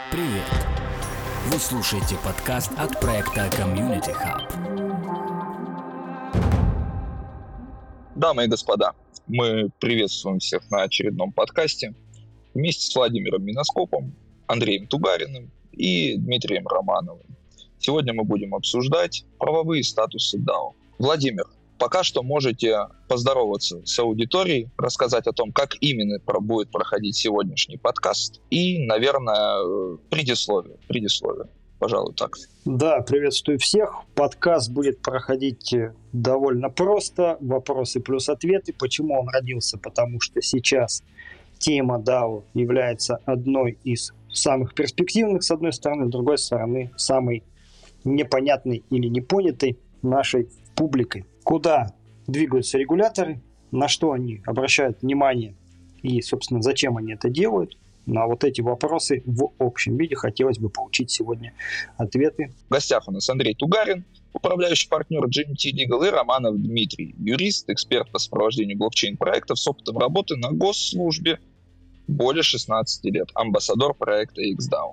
Привет! Вы слушаете подкаст от проекта Community Hub. Дамы и господа, мы приветствуем всех на очередном подкасте вместе с Владимиром Миноскопом, Андреем Тугариным и Дмитрием Романовым. Сегодня мы будем обсуждать правовые статусы DAO. Владимир, пока что можете поздороваться с аудиторией, рассказать о том, как именно будет проходить сегодняшний подкаст и, наверное, предисловие. Пожалуй, так. Да, приветствую всех. Подкаст будет проходить довольно просто. Вопросы плюс ответы. Почему он родился? Потому что сейчас тема DAO является одной из самых перспективных, с одной стороны, с другой стороны, самой непонятной или непонятой нашей публикой. Куда двигаются регуляторы, на что они обращают внимание и, собственно, зачем они это делают. На вот эти вопросы в общем виде хотелось бы получить сегодня ответы. В гостях у нас Андрей Тугарин, управляющий партнер GMT Legal, и Романов Дмитрий, юрист, эксперт по сопровождению блокчейн-проектов с опытом работы на госслужбе более 16 лет, амбассадор проекта XDAO.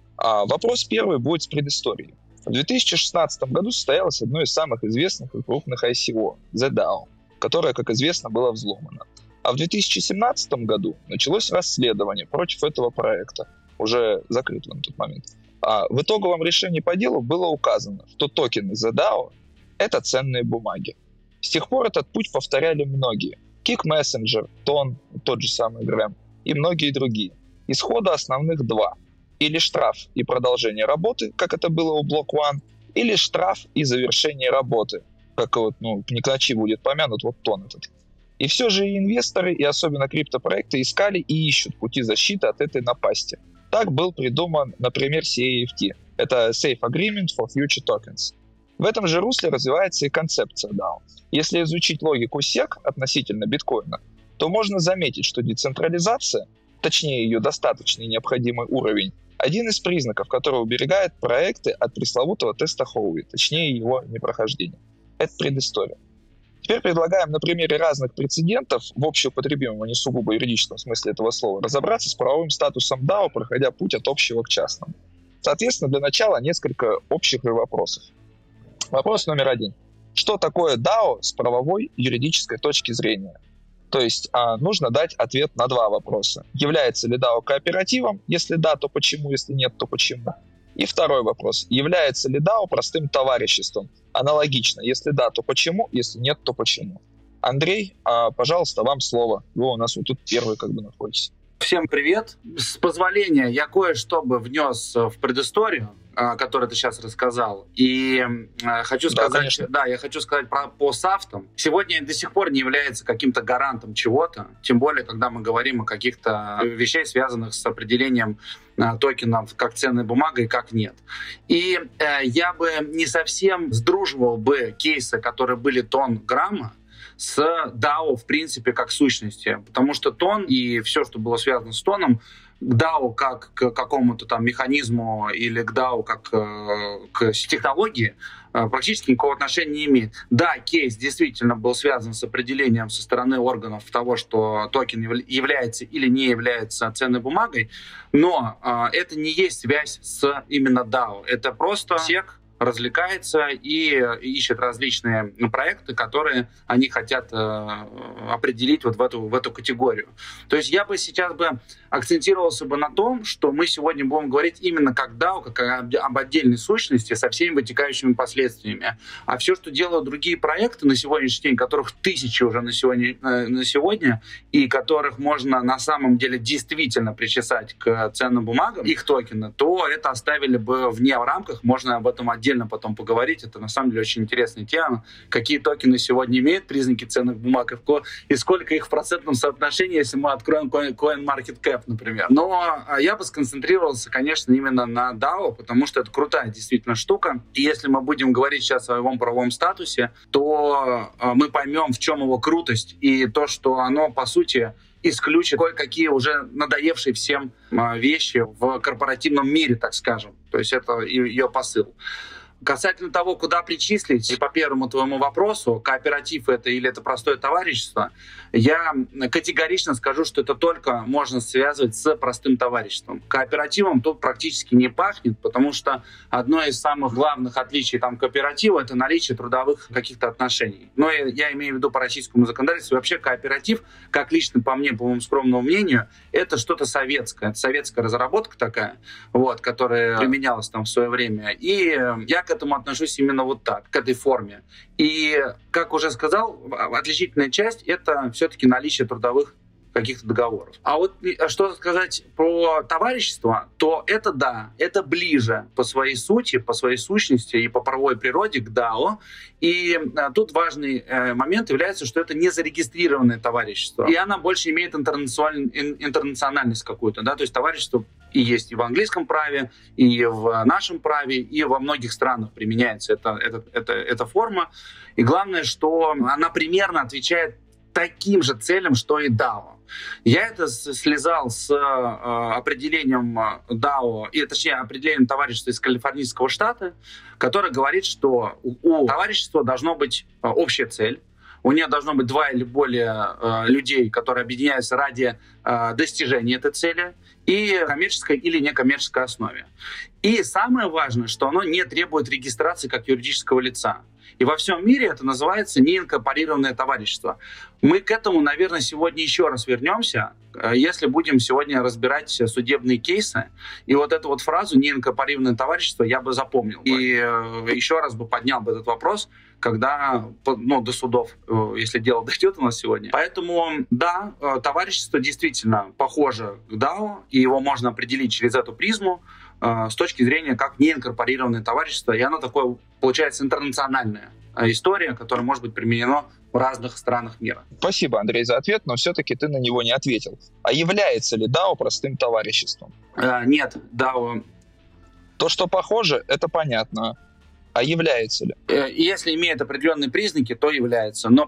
Вопрос первый будет с предыстории. В 2016 году состоялось одно из самых известных и крупных ICO – The DAO, которое, как известно, было взломано. А в 2017 году началось расследование против этого проекта, уже закрытого на тот момент. В итоговом решении по делу было указано, что токены The DAO – это ценные бумаги. С тех пор этот путь повторяли многие. Kik Messenger, Ton, тот же самый Грэм и многие другие. Исхода основных два. Или штраф и продолжение работы, как это было у Block One, или штраф и завершение работы, как вот, не к ночи будет помянут, вот Ton этот. И все же и инвесторы, и особенно криптопроекты искали и ищут пути защиты от этой напасти. Так был придуман, например, CAFT. Это Safe Agreement for Future Tokens. В этом же русле развивается и концепция DAO. Если изучить логику SEC относительно биткоина, то можно заметить, что децентрализация, точнее ее достаточный необходимый уровень, один из признаков, который уберегает проекты от пресловутого теста Хоуи, точнее его непрохождения. Это предыстория. Теперь предлагаем на примере разных прецедентов в общеупотребимом, а не сугубо юридическом смысле этого слова, разобраться с правовым статусом DAO, проходя путь от общего к частному. Соответственно, для начала несколько общих вопросов. Вопрос номер один. Что такое DAO с правовой юридической точки зрения? То есть нужно дать ответ на два вопроса. Является ли DAO кооперативом? Если да, то почему? Если нет, то почему? И второй вопрос. Является ли DAO простым товариществом? Аналогично. Если да, то почему? Если нет, то почему? Андрей, пожалуйста, вам слово. Вы у нас вот тут первый находитесь. Всем привет. С позволения я кое-что бы внес в предысторию, которую ты сейчас рассказал. И хочу сказать, я хочу сказать по софтам. Сегодня до сих пор не является каким-то гарантом чего-то, тем более, когда мы говорим о каких-то вещах, связанных с определением токенов как ценной бумагой, как нет. И я бы не совсем сдруживал бы кейсы, которые были Ton, Грамма, с DAO, в принципе, как сущности. Потому что Ton и все, что было связано с Тоном, к DAO как к какому-то там механизму или к DAO как к технологии практически никакого отношения не имеет. Да, кейс действительно был связан с определением со стороны органов того, что токен является или не является ценной бумагой, но это не есть связь с именно DAO. Это просто SEC развлекается и ищет различные проекты, которые они хотят определить вот в эту категорию. То есть я бы сейчас акцентировался на том, что мы сегодня будем говорить именно как DAO, как об отдельной сущности со всеми вытекающими последствиями. А все, что делают другие проекты на сегодняшний день, которых тысячи уже на сегодня, и которых можно на самом деле действительно причесать к ценным бумагам, их токены, то это оставили бы вне рамках, можно об этом отдельно потом поговорить. Это на самом деле очень интересная тема. Какие токены сегодня имеют признаки ценных бумаг и сколько их в процентном соотношении, если мы откроем CoinMarketCap, например. Но я бы сконцентрировался, конечно, именно на DAO, потому что это крутая действительно штука. И если мы будем говорить сейчас о его правовом статусе, то мы поймем, в чем его крутость и то, что оно, по сути, исключит кое-какие уже надоевшие всем вещи в корпоративном мире, так скажем. То есть это ее посыл. Касательно того, куда причислить, и по первому твоему вопросу, кооператив это или это простое товарищество, я категорично скажу, что это только можно связывать с простым товариществом. Кооперативом тут практически не пахнет, потому что одно из самых главных отличий там кооператива — это наличие трудовых каких-то отношений. Но я имею в виду по российскому законодательству. Вообще кооператив, как лично по мне, по моему скромному мнению, это что-то советское. Это советская разработка такая, вот, которая применялась там в свое время. И я к этому отношусь именно вот так, к этой форме. И, как уже сказал, отличительная часть — это все-таки наличие трудовых каких-то договоров. А вот что сказать про товарищество, то это да, это ближе по своей сути, по своей сущности и по правовой природе к ДАО. И тут важный момент является, что это не зарегистрированное товарищество. И она больше имеет интернациональность какую-то. Да? То есть товарищество и есть и в английском праве, и в нашем праве, и во многих странах применяется эта форма. И главное, что она примерно отвечает таким же целям, что и DAO. Я это слезал с определением DAO, точнее, определением товарищества из Калифорнийского штата, которое говорит, что у товарищества должна быть общая цель, у нее должно быть 2 или более людей, которые объединяются ради достижения этой цели, и коммерческой или некоммерческой основе. И самое важное, что оно не требует регистрации как юридического лица. И во всем мире это называется неинкорпорированное товарищество. Мы к этому, наверное, сегодня еще раз вернемся, если будем сегодня разбирать судебные кейсы. И вот эту вот фразу «неинкорпорированное товарищество» я бы запомнил. И еще раз бы поднял бы этот вопрос, когда, до судов, если дело дойдет у нас сегодня. Поэтому, да, товарищество действительно похоже к DAO, и его можно определить через эту призму с точки зрения как неинкорпорированное товарищество. И оно такое, получается, интернациональная история, которая может быть применена в разных странах мира. Спасибо, Андрей, за ответ, но все-таки ты на него не ответил. А является ли DAO простым товариществом? Нет, DAO... То, что похоже, это понятно. А является ли? Если имеет определенные признаки, то является. Но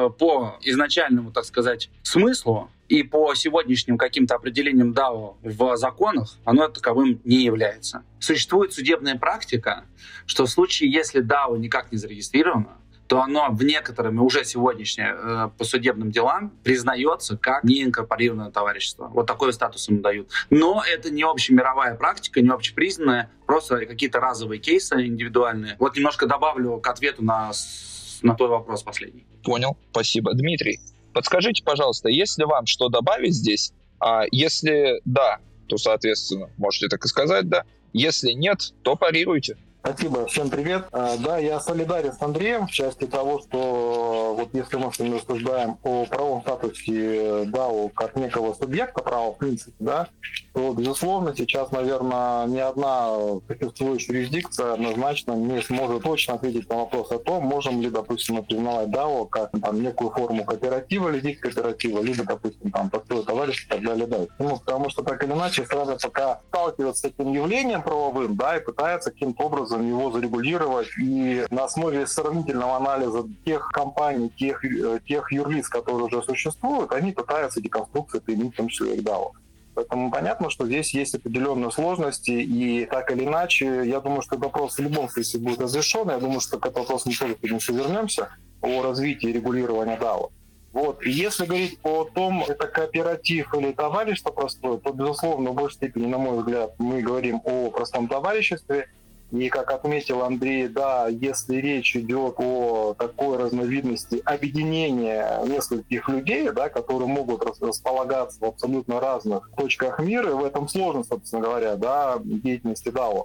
по изначальному, так сказать, смыслу и по сегодняшним каким-то определениям DAO в законах, оно таковым не является. Существует судебная практика, что в случае, если DAO никак не зарегистрировано, то оно в некоторыми уже сегодняшнее по судебным делам признается как неинкорпорированное товарищество. Вот такой статус ему дают. Но это не общемировая практика, не общепризнанная, просто какие-то разовые кейсы индивидуальные. Вот немножко добавлю к ответу на твой вопрос последний. Понял, спасибо. Дмитрий, подскажите, пожалуйста, есть ли вам что добавить здесь? А если да, то, соответственно, можете так и сказать, да. Если нет, то парируйте. Спасибо, всем привет. Да, я солидарен с Андреем в части того, что вот если мы с вами рассуждаем о правовом статусе DAO как некого субъекта права, в принципе, да, то, безусловно, сейчас, наверное, ни одна существующая юрисдикция однозначно не сможет точно ответить на вопрос о том, можем ли, допустим, признавать DAO как там, некую форму кооператива или дискооператива, либо, допустим, там, простое товарищество и так далее. Да. Ну, потому что так или иначе страны пока сталкиваются с этим явлением правовым, да, и пытаются каким-то образом его зарегулировать, и на основе сравнительного анализа тех компаний, тех юрлиц, которые уже существуют, они пытаются эти конструкции применить в том числе и к DAO. Поэтому понятно, что здесь есть определенные сложности, и так или иначе, я думаю, что этот вопрос в любом случае будет разрешен. Я думаю, что к этому вопросу мы тоже еще вернемся о развитии регулирования DAO. Вот. И если говорить о том, это кооператив или товарищество простое, то, безусловно, в большей степени, на мой взгляд, мы говорим о простом товариществе. И, как отметил Андрей, да, если речь идет о такой разновидности объединения нескольких людей, да, которые могут располагаться в абсолютно разных точках мира, в этом сложно, собственно говоря, да, деятельности DAO.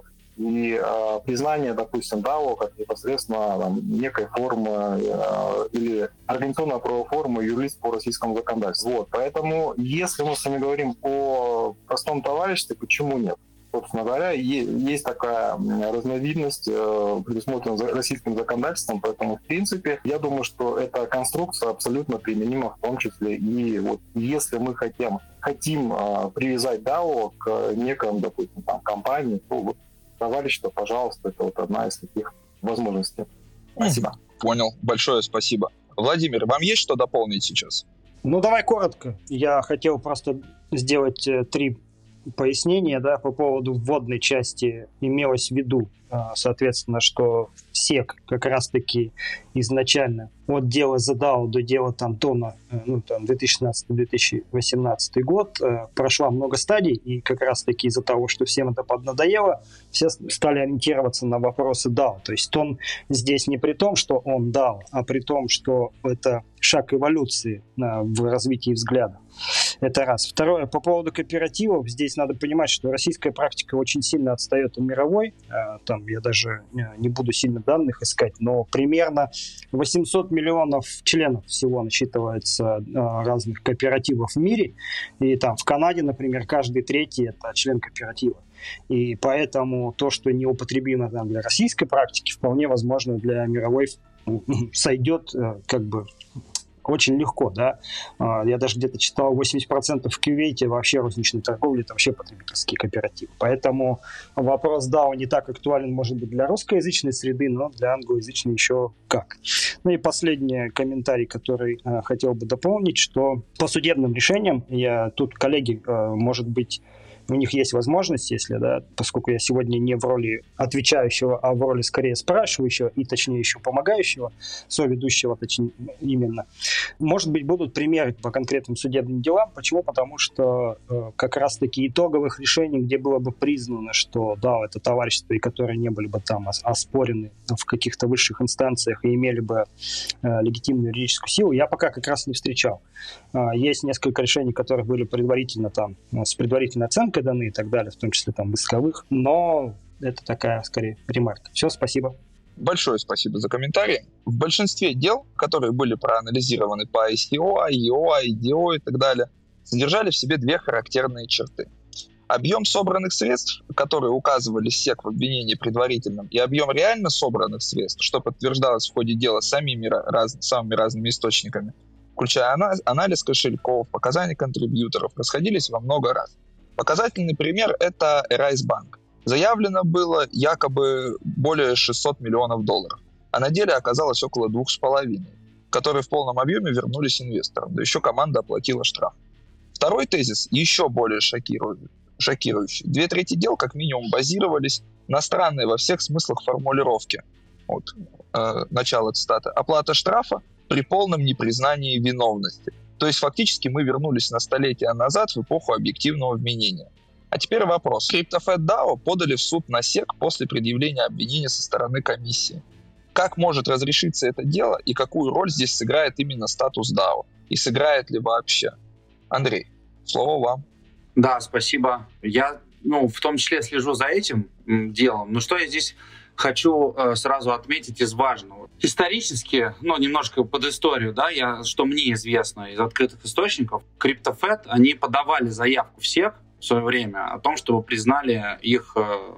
И признание, допустим, DAO как непосредственно там, некой формы или организационно-правовой формы юрлиц по российскому законодательству. Вот. Поэтому, если мы с вами говорим о простом товариществе, почему нет? Собственно говоря, есть такая разновидность, предусмотренная российским законодательством, поэтому, в принципе, я думаю, что эта конструкция абсолютно применима, в том числе и вот если мы хотим привязать DAO к некому, допустим, там, компании, то вот, товарищество, пожалуйста, это вот одна из таких возможностей. Спасибо. Понял. Большое спасибо. Владимир, вам есть что дополнить сейчас? Ну, давай коротко. Я хотел просто сделать 3 пояснение, да, по поводу вводной части имелось в виду, соответственно, что СЕК как раз-таки изначально от дела за DAO до дела там Тона, 2016-2018 год, прошла много стадий, и как раз-таки из-за того, что всем это поднадоело, все стали ориентироваться на вопросы DAO. То есть Тон здесь не при том, что он DAO, а при том, что это шаг эволюции в развитии взгляда. Это раз. Второе, по поводу кооперативов, здесь надо понимать, что российская практика очень сильно отстает от мировой. Там я даже не буду сильно данных искать, но примерно 800 миллионов членов всего насчитывается разных кооперативов в мире. И там в Канаде, например, каждый третий – это член кооператива. И поэтому то, что неупотребимо там для российской практики, вполне возможно для мировой сойдет как бы очень легко, да. Я даже где-то читал, 80% в Кувейте вообще розничной торговли, это вообще потребительские кооперативы. Поэтому вопрос DAO не так актуален, может быть, для русскоязычной среды, но для англоязычной еще как. Ну и последний комментарий, который хотел бы дополнить, что по судебным решениям, тут коллеги, может быть, у них есть возможность, если, да, поскольку я сегодня не в роли отвечающего, а в роли скорее спрашивающего и, точнее, еще помогающего, соведущего, точнее, именно. Может быть, будут примеры по конкретным судебным делам. Почему? Потому что как раз-таки итоговых решений, где было бы признано, что, да, это товарищества, и которые не были бы там оспорены в каких-то высших инстанциях и имели бы легитимную юридическую силу, я пока как раз не встречал. Есть несколько решений, которые были предварительно там, с предварительной оценкой даны и так далее, в том числе там в исковых, но это такая, скорее, ремарка. Все, спасибо. Большое спасибо за комментарии. В большинстве дел, которые были проанализированы по ICO, IEO, IDO и так далее, содержали в себе две характерные черты. Объем собранных средств, которые указывали СЕК в обвинении предварительном, и объем реально собранных средств, что подтверждалось в ходе дела самыми разными источниками, включая анализ кошельков, показания контрибьюторов, расходились во много раз. Показательный пример – это Arise Bank. Заявлено было якобы более 600 миллионов долларов, а на деле оказалось около 2,5, которые в полном объеме вернулись инвесторам, да еще команда оплатила штраф. Второй тезис еще более шокирующий. 2/3 дел как минимум базировались на странной во всех смыслах формулировке. Начало цитаты. Оплата штрафа при полном непризнании виновности. То есть фактически мы вернулись на столетия назад в эпоху объективного вменения. А теперь вопрос. CryptoFed DAO подали в суд на СЕК после предъявления обвинения со стороны комиссии. Как может разрешиться это дело и какую роль здесь сыграет именно статус DAO? И сыграет ли вообще? Андрей, слово вам. Да, спасибо. Я, в том числе слежу за этим делом. Но что я здесь хочу сразу отметить из важного. Исторически, немножко под историю, да, что мне известно из открытых источников, CryptoFed, они подавали заявку в СЕК в свое время о том, чтобы признали их,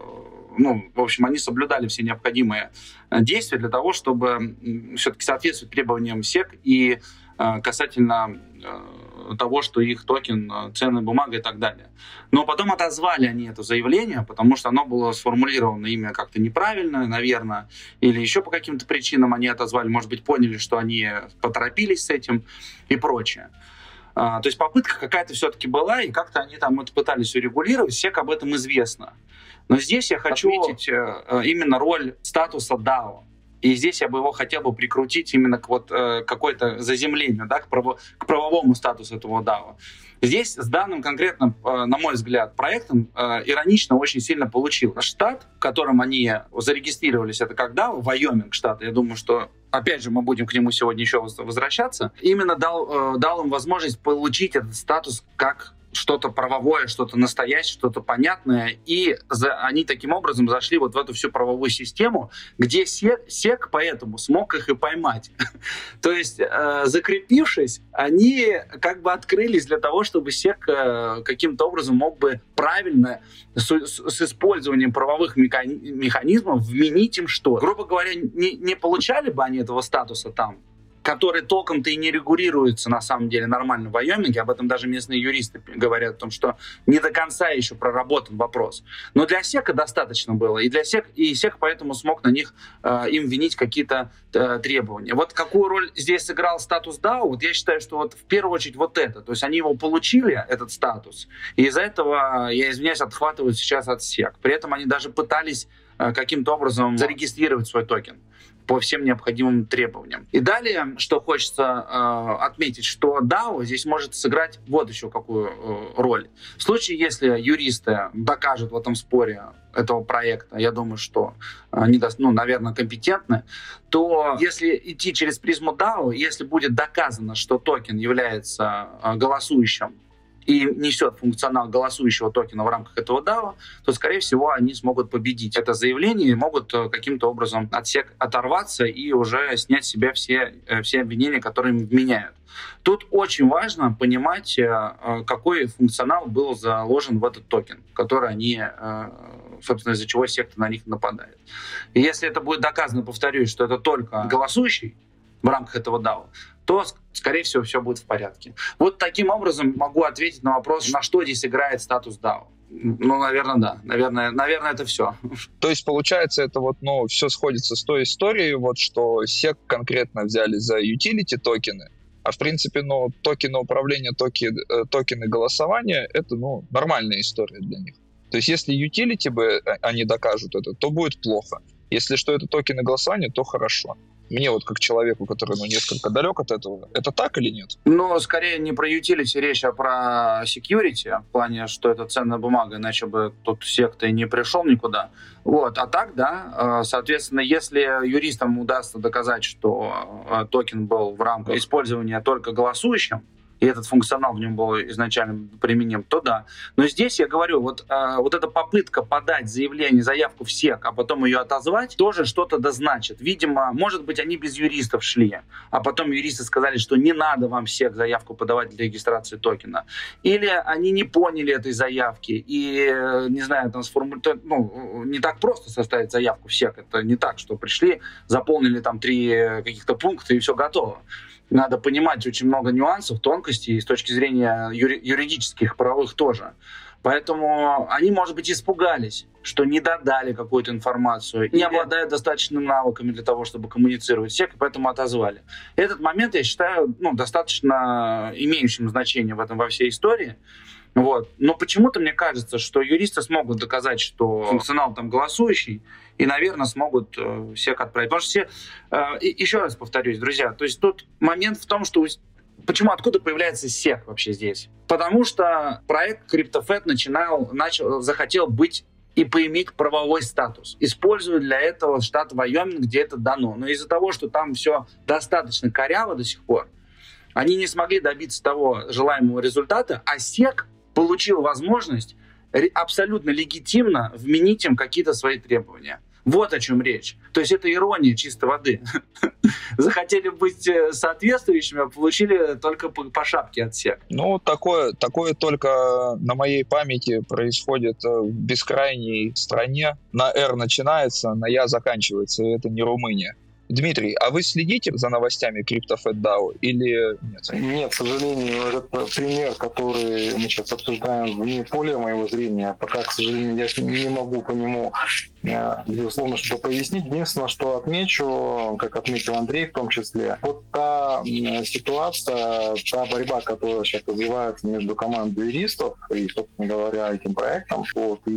в общем, они соблюдали все необходимые действия для того, чтобы все-таки соответствовать требованиям СЕК и касательно того, что их токен, ценная бумага и так далее. Но потом отозвали они это заявление, потому что оно было сформулировано ими как-то неправильно, наверное, или еще по каким-то причинам они отозвали, может быть, поняли, что они поторопились с этим и прочее. То есть попытка какая-то все-таки была, и как-то они там это пытались урегулировать, всех об этом известно. Но здесь я хочу отметить именно роль статуса DAO. И здесь я бы его хотел бы прикрутить именно к какой-то заземлению, да, к правовому статусу этого DAO. Здесь с данным конкретным, на мой взгляд, проектом иронично очень сильно получилось. Штат, в котором они зарегистрировались, это как DAO, Вайоминг штат, я думаю, что, опять же, мы будем к нему сегодня еще возвращаться, именно дал им возможность получить этот статус как что-то правовое, что-то настоящее, что-то понятное, и они таким образом зашли вот в эту всю правовую систему, где СЕК поэтому смог их и поймать. То есть, закрепившись, они как бы открылись для того, чтобы СЕК каким-то образом мог бы правильно с использованием правовых механизмов вменить им что. Грубо говоря, не получали бы они этого статуса там, который толком-то и не регулируется на самом деле нормально в Вайоминге. Об этом даже местные юристы говорят, о том, что не до конца еще проработан вопрос. Но для SEC достаточно было, и SEC поэтому смог на них им винить какие-то требования. Вот какую роль здесь сыграл статус DAO? Вот я считаю, что вот в первую очередь вот это. То есть они его получили, этот статус, и из-за этого, я извиняюсь, отхватывают сейчас от SEC. При этом они даже пытались каким-то образом зарегистрировать свой токен по всем необходимым требованиям. И далее, что хочется отметить, что DAO здесь может сыграть вот еще какую роль. В случае, если юристы докажут в этом споре этого проекта, я думаю, что они, наверное, компетентны, то если идти через призму DAO, если будет доказано, что токен является голосующим и несет функционал голосующего токена в рамках этого DAO, то, скорее всего, они смогут победить это заявление и могут каким-то образом от SEC оторваться и уже снять с себя все обвинения, которые им вменяют. Тут очень важно понимать, какой функционал был заложен в этот токен, который они, собственно, из-за чего SEC на них нападает. И если это будет доказано, повторюсь, что это только голосующий в рамках этого DAO, то, скорее всего, все будет в порядке. Вот таким образом могу ответить на вопрос, на что здесь играет статус DAO. Наверное, да. Наверное, это все. То есть, получается, это все сходится с той историей, что SEC конкретно взяли за utility токены, а в принципе, токены управления, токены голосования, это, нормальная история для них. То есть, если utility они докажут это, то будет плохо. Если что это токены голосования, то хорошо. Мне как человеку, который несколько далек от этого, это так или нет? Скорее не про utility речь, а про security, в плане, что это ценная бумага, иначе бы тут SEC-то и не пришел никуда. А так, да, соответственно, если юристам удастся доказать, что токен был в рамках использования только голосующим, и этот функционал в нем был изначально применим, то да. Но здесь я говорю, вот эта попытка подать заявку в SEC, а потом ее отозвать, тоже что-то дозначит. Видимо, может быть, они без юристов шли, а потом юристы сказали, что не надо вам SEC заявку подавать для регистрации токена. Или они не поняли этой заявки и, не знаю, не так просто составить заявку в SEC. Это не так, что пришли, заполнили 3 каких-то пункта и все готово. Надо понимать очень много нюансов, тонкостей, с точки зрения юридических, правовых тоже. Поэтому они, может быть, испугались, что не додали какую-то информацию, не обладают достаточными навыками для того, чтобы коммуницировать с SEC, и поэтому отозвали. Этот момент, я считаю, достаточно имеющим значение во всей истории. Но почему-то мне кажется, что юристы смогут доказать, что функционал там голосующий, и, наверное, смогут SEC отправить. Потому что еще раз повторюсь, друзья, то есть тут момент в том, что откуда появляется SEC вообще здесь? Потому что проект CryptoFed захотел быть и поиметь правовой статус. Используя для этого штат Вайоминг, где это дано. Но из-за того, что там все достаточно коряво до сих пор, они не смогли добиться того желаемого результата, а SEC получил возможность абсолютно легитимно вменить им какие-то свои требования. Вот о чем речь. То есть это ирония чистой воды. Захотели быть соответствующими, а получили только по шапке от SEC. Такое только на моей памяти происходит в бескрайней стране. На «Р» начинается, на «Я» заканчивается, и это не Румыния. Дмитрий, а вы следите за новостями CryptoFed DAO или нет? Нет, к сожалению, этот пример, который мы сейчас обсуждаем, вне поля моего зрения. Пока, к сожалению, я не могу по нему, безусловно, что пояснить. Единственное, что отмечу, как отметил Андрей в том числе, та ситуация, та борьба, которая сейчас развивается между командой юристов и, собственно говоря, этим проектом,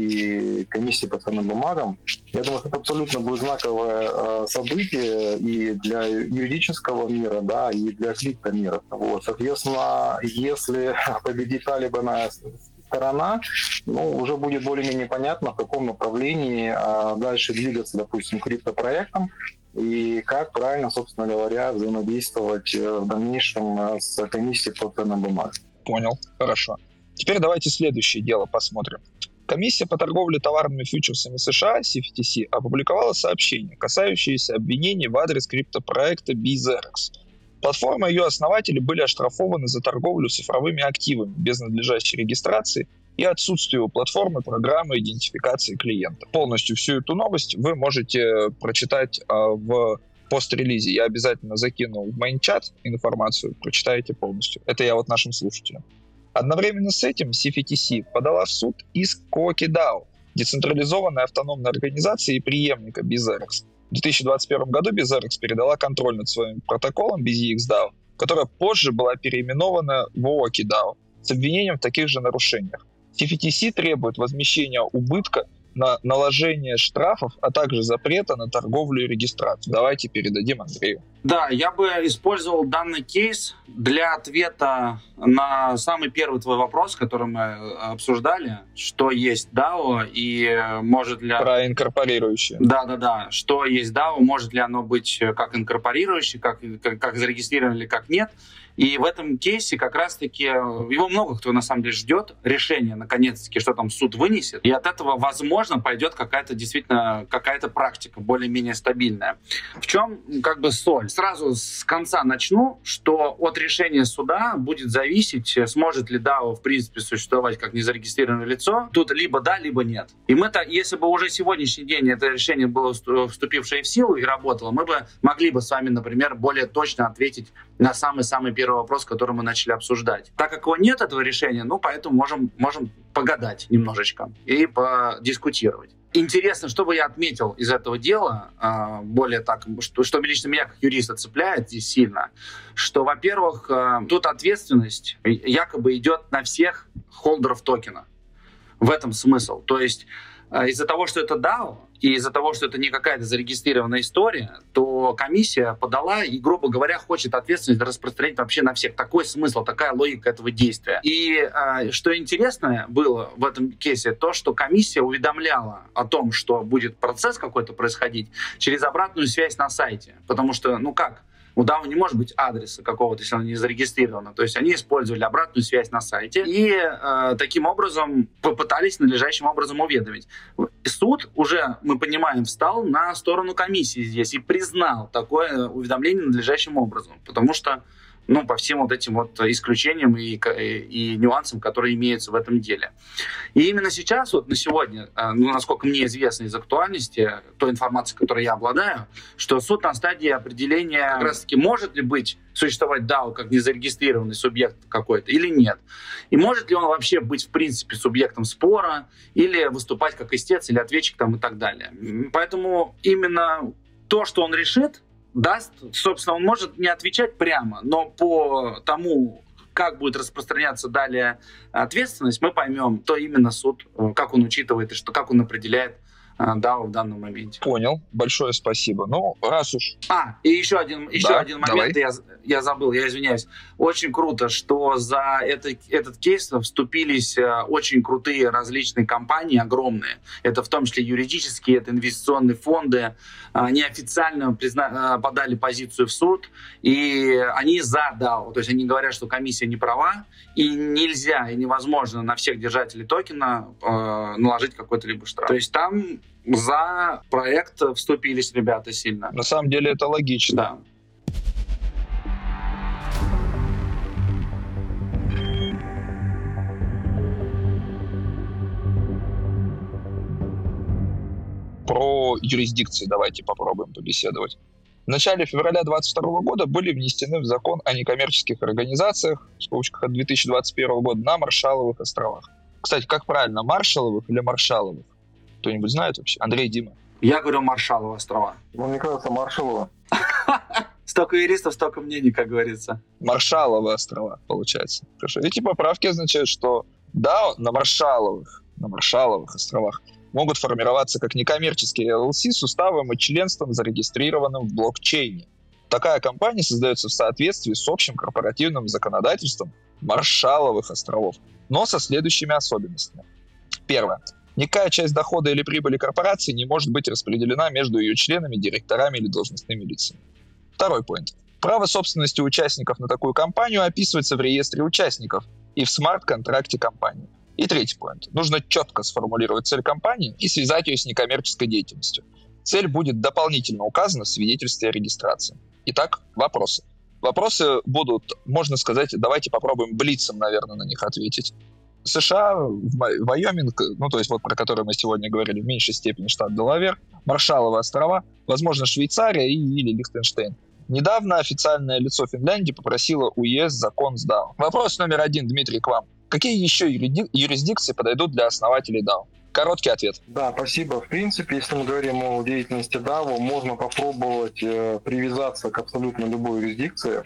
и комиссией по ценным бумагам, я думаю, что это абсолютно будет знаковое событие и для юридического мира, да, и для криптомира. Соответственно, если победит талибная сторона, уже будет более-менее понятно, в каком направлении дальше двигаться, допустим, криптопроектом, и как правильно, собственно говоря, взаимодействовать в дальнейшем с комиссией по ценным бумагам. Понял, хорошо. Теперь давайте следующее дело посмотрим. Комиссия по торговле товарными фьючерсами США, CFTC, опубликовала сообщение, касающееся обвинений в адрес криптопроекта BZRX. Платформа и ее основатели были оштрафованы за торговлю цифровыми активами без надлежащей регистрации и отсутствие у платформы программы идентификации клиента. Полностью всю эту новость вы можете прочитать в пострелизе я обязательно закину в мейн-чат информацию, прочитаете полностью. Это я вот нашим слушателям. Одновременно с этим CFTC подала в суд иск Коки DAO, децентрализованной автономной организации и преемника BZRX. В 2021 году BZRX передала контроль над своим протоколом BZX DAO, которая позже была переименована в Ooki DAO с обвинением в таких же нарушениях. CFTC требует возмещения убытка на наложение штрафов, а также запрета на торговлю и регистрацию. Давайте передадим Андрею. Да, я бы использовал данный кейс для ответа на самый первый твой вопрос, который мы обсуждали, что есть DAO и может ли... Про инкорпорирующее. Да, что есть DAO, может ли оно быть как инкорпорирующее, как зарегистрировано или как нет. И в этом кейсе как раз-таки его много кто на самом деле ждет решения, наконец-таки, что там суд вынесет. И от этого, возможно, пойдет какая-то практика более-менее стабильная. В чем как бы соль? Сразу с конца начну, что от решения суда будет зависеть, сможет ли DAO в принципе существовать как незарегистрированное лицо. Тут либо да, либо нет. И мы-то, если бы уже сегодняшний день это решение было вступившее в силу и работало, мы бы могли бы с вами, например, более точно ответить на самый-самый первый вопрос, который мы начали обсуждать. Так как его нет, этого решения, поэтому можем погадать немножечко и подискутировать. Интересно, что бы я отметил из этого дела, более так, что лично меня как юриста цепляет здесь сильно, что, во-первых, тут ответственность якобы идет на всех холдеров токена. В этом смысл. То есть из-за того, что это DAO, и из-за того, что это не какая-то зарегистрированная история, то комиссия подала и, грубо говоря, хочет ответственность распространить вообще на всех. Такой смысл, такая логика этого действия. И что интересное было в этом кейсе, то, что комиссия уведомляла о том, что будет процесс какой-то происходить через обратную связь на сайте. Потому что, у DAO не может быть адреса какого-то, если оно не зарегистрировано. То есть они использовали обратную связь на сайте и таким образом попытались надлежащим образом уведомить. Суд уже, мы понимаем, встал на сторону комиссии здесь и признал такое уведомление надлежащим образом. Потому что по всем вот этим вот исключениям и нюансам, которые имеются в этом деле. И именно сейчас, на сегодня, насколько мне известно из актуальности, той информации, которой я обладаю, что суд на стадии определения как раз-таки может ли существовать DAO как незарегистрированный субъект какой-то или нет. И может ли он вообще быть, в принципе, субъектом спора или выступать как истец или ответчик и так далее. Поэтому именно то, что он решит, даст, собственно, он может не отвечать прямо, но по тому, как будет распространяться далее ответственность, мы поймем, то именно суд, как он учитывает и как он определяет DAO в данном моменте. Понял. Большое спасибо. Раз уж... И еще один момент, я забыл, я извиняюсь. Очень круто, что за этот кейс вступились очень крутые различные компании, огромные. Это в том числе юридические, это инвестиционные фонды. Они официально подали позицию в суд, и они за DAO. То есть они говорят, что комиссия не права, и нельзя, и невозможно на всех держателей токена наложить какой-то либо штраф. То есть там за проект вступились ребята сильно. На самом деле это логично. Да. Про юрисдикции давайте попробуем побеседовать. В начале февраля 2022 года были внесены в закон о некоммерческих организациях, в скобочках от 2021 года, на Маршалловых островах. Кстати, как правильно, Маршалловых или Маршалловых? Кто-нибудь знает вообще? Андрей, Дима. Я говорю Маршалловы острова. Мне кажется, Маршаллова. Столько юристов, столько мнений, как говорится. Маршалловы острова, получается. Хорошо. Эти поправки означают, что DAO на Маршалловых островах могут формироваться как некоммерческие LLC с уставом и членством, зарегистрированным в блокчейне. Такая компания создается в соответствии с общим корпоративным законодательством Маршалловых островов, но со следующими особенностями. Первое. Никакая часть дохода или прибыли корпорации не может быть распределена между ее членами, директорами или должностными лицами. Второй поинт. Право собственности участников на такую компанию описывается в реестре участников и в смарт-контракте компании. И третий поинт. Нужно четко сформулировать цель компании и связать ее с некоммерческой деятельностью. Цель будет дополнительно указана в свидетельстве о регистрации. Итак, вопросы. Вопросы будут, можно сказать, давайте попробуем блицем, наверное, на них ответить. США, Вайоминг, ну, то есть вот про который мы сегодня говорили, в меньшей степени штат Делавер, Маршалловы острова, возможно, Швейцария или Лихтенштейн. Недавно официальное лицо Финляндии попросило у ЕС закон с DAO. Вопрос номер 1, Дмитрий, к вам. Какие еще юрисдикции подойдут для основателей DAO? Короткий ответ. Да, спасибо. В принципе, если мы говорим о деятельности DAO, можно попробовать привязаться к абсолютно любой юрисдикции.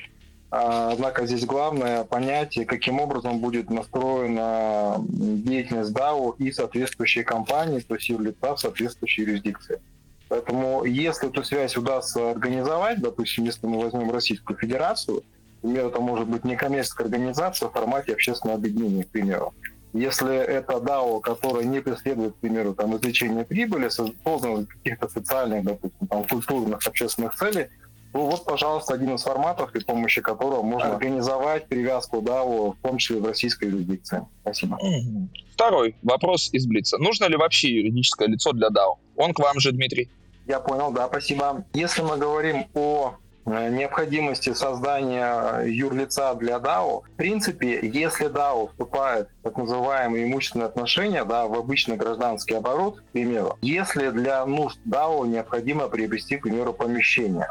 Однако здесь главное понять, каким образом будет настроена деятельность DAO и соответствующей компании, то есть юрлица в соответствующей юрисдикции. Поэтому если эту связь удастся организовать, допустим, если мы возьмем Российскую Федерацию, например, это может быть некоммерческая организация в формате общественного объединения, к примеру. Если это DAO, которое не преследует, к примеру, там, извлечение прибыли, создано каких-то социальных, допустим, там, культурных, общественных целей, то вот, пожалуйста, один из форматов, при помощи которого можно организовать привязку DAO, в том числе в российской юрисдикции. Спасибо. Второй вопрос из Блица. Нужно ли вообще юридическое лицо для DAO? Он к вам же, Дмитрий. Я понял, да, спасибо. Если мы говорим о необходимости создания юрлица для DAO, в принципе, если DAO вступает в так называемые имущественные отношения, да, в обычный гражданский оборот, к примеру, если для нужд DAO необходимо приобрести, к примеру, помещение,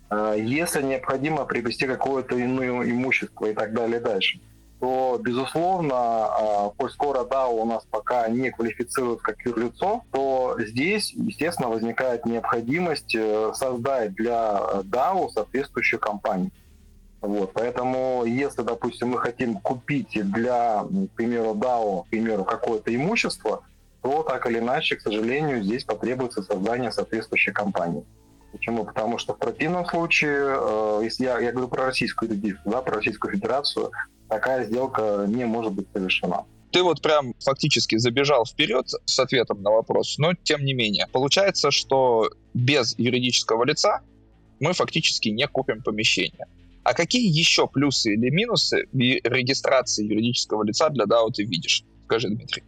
если необходимо приобрести какое-то иное имущество и так далее дальше, то, безусловно, коль скоро DAO у нас пока не квалифицируют как юрлицо, то здесь, естественно, возникает необходимость создать для DAO соответствующую компанию. Вот. Поэтому, если, допустим, мы хотим купить для, к примеру, DAO, к примеру, какое-то имущество, то так или иначе, к сожалению, здесь потребуется создание соответствующей компании. Почему? Потому что в противном случае, если я говорю про российскую юрисдикцию, да, про Российскую Федерацию, такая сделка не может быть совершена. Ты вот прям фактически забежал вперед с ответом на вопрос, но тем не менее. Получается, что без юридического лица мы фактически не купим помещение. А какие еще плюсы или минусы в регистрации юридического лица для DAO ты видишь? Скажи, Дмитрий.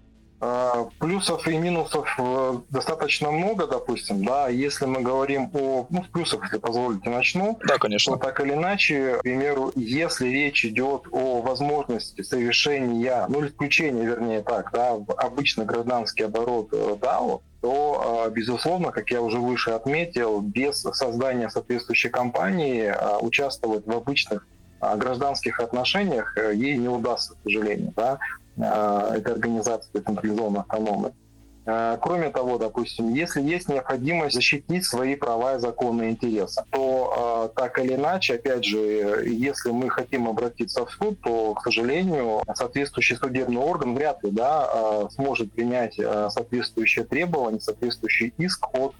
Плюсов и минусов достаточно много, допустим, да, если мы говорим о, с плюсов, если позволите, начну. Да, конечно. То так или иначе, к примеру, если речь идет о возможности совершения, исключения, вернее так, да, в обычный гражданский оборот DAO, то, безусловно, как я уже выше отметил, без создания соответствующей компании участвовать в обычных гражданских отношениях ей не удастся, к сожалению, да, этой организации децентрализованной автономной. Кроме того, допустим, если есть необходимость защитить свои права и законные интересы, то так или иначе, опять же, если мы хотим обратиться в суд, то, к сожалению, соответствующий судебный орган вряд ли сможет принять соответствующие требования, соответствующий иск от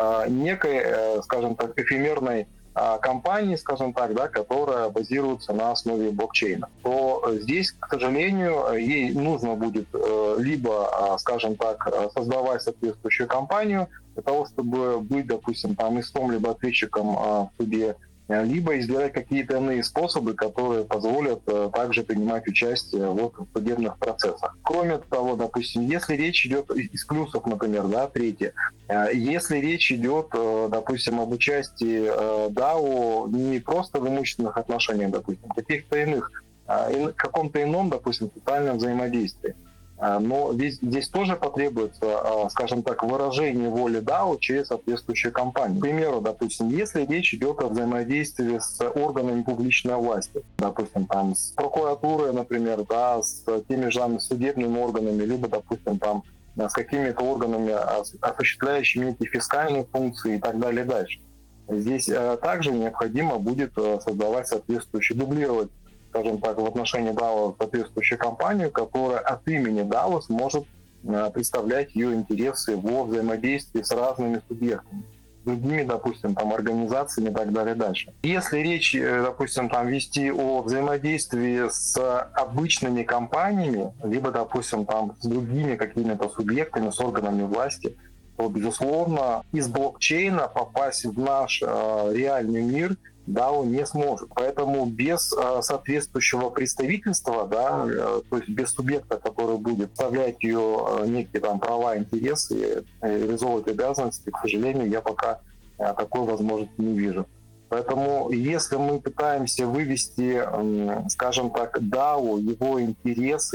некой, скажем так, эфемерной компании, скажем так, да, которая базируется на основе блокчейна, то здесь, к сожалению, ей нужно будет либо, скажем так, создавать соответствующую компанию для того, чтобы быть, допустим, там истцом либо ответчиком в суде, либо избирать какие-то иные способы, которые позволят также принимать участие в судебных процессах. Кроме того, допустим, если речь идет из плюсов, например, да, третье, если речь идет, допустим, об участии DAO не просто в имущественных отношениях, допустим, каких-то иных, каком-то ином, допустим, социальном взаимодействии, но здесь тоже потребуется, скажем так, выражение воли DAO через соответствующую компанию. К примеру, допустим, если речь идет о взаимодействии с органами публичной власти, допустим, там, с прокуратурой, например, да, с теми же судебными органами, либо, допустим, там, с какими-то органами, осуществляющими эти фискальные функции и так далее дальше. Здесь также необходимо будет создавать соответствующую, дублировать, скажем так, в отношении DAO соответствующую компанию, которая от имени DAO сможет представлять ее интересы во взаимодействии с разными субъектами, другими, допустим, там, организациями и так далее дальше. Если речь, допустим, там, вести о взаимодействии с обычными компаниями, либо, допустим, там, с другими какими-то субъектами, с органами власти, то, безусловно, из блокчейна попасть в наш реальный мир DAO не сможет. Поэтому без соответствующего представительства, да, то есть без субъекта, который будет вставлять ее некие там права, интересы, реализовывать обязанности, к сожалению, я пока такой возможности не вижу. Поэтому если мы пытаемся вывести, скажем так, DAO, его интересы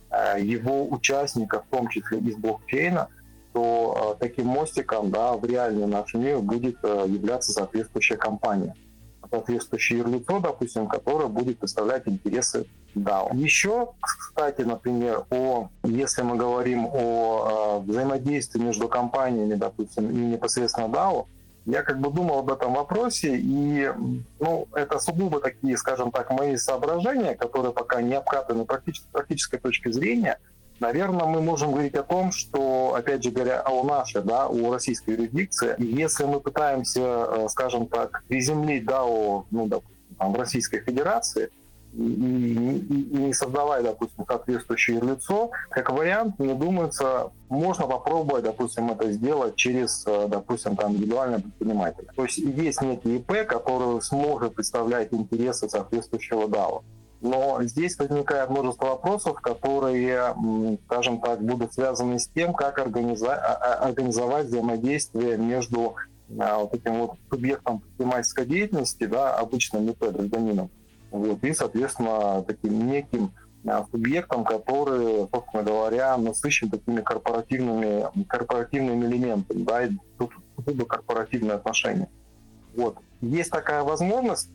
его участников, в том числе из блокчейна, то таким мостиком, да, в реальный наш мир будет являться соответствующая компания, соответствующее юрлицо, допустим, которое будет представлять интересы DAO. Еще, кстати, например, если мы говорим о взаимодействии между компаниями, допустим, и непосредственно DAO, я думал об этом вопросе, и это сугубо такие, скажем так, мои соображения, которые пока не обкатаны практической точки зрения. Наверное, мы можем говорить о том, что, опять же говоря, о нашей, да, о российской юрисдикции, если мы пытаемся, скажем так, приземлить DAO, допустим, в Российской Федерации, и не создавая, допустим, соответствующее юрлицо, как вариант, мне думается, можно попробовать, допустим, это сделать через, допустим, индивидуального предпринимателя. То есть есть некий ИП, который сможет представлять интересы соответствующего DAO. Но здесь возникает множество вопросов, которые, скажем так, будут связаны с тем, как организовать взаимодействие между этим субъектом предпринимательской деятельности, да, обычным ИП гражданином, и, соответственно, таким неким субъектом, который, собственно говоря, насыщен такими корпоративными элементами, да, и тут корпоративные отношения. Есть такая возможность,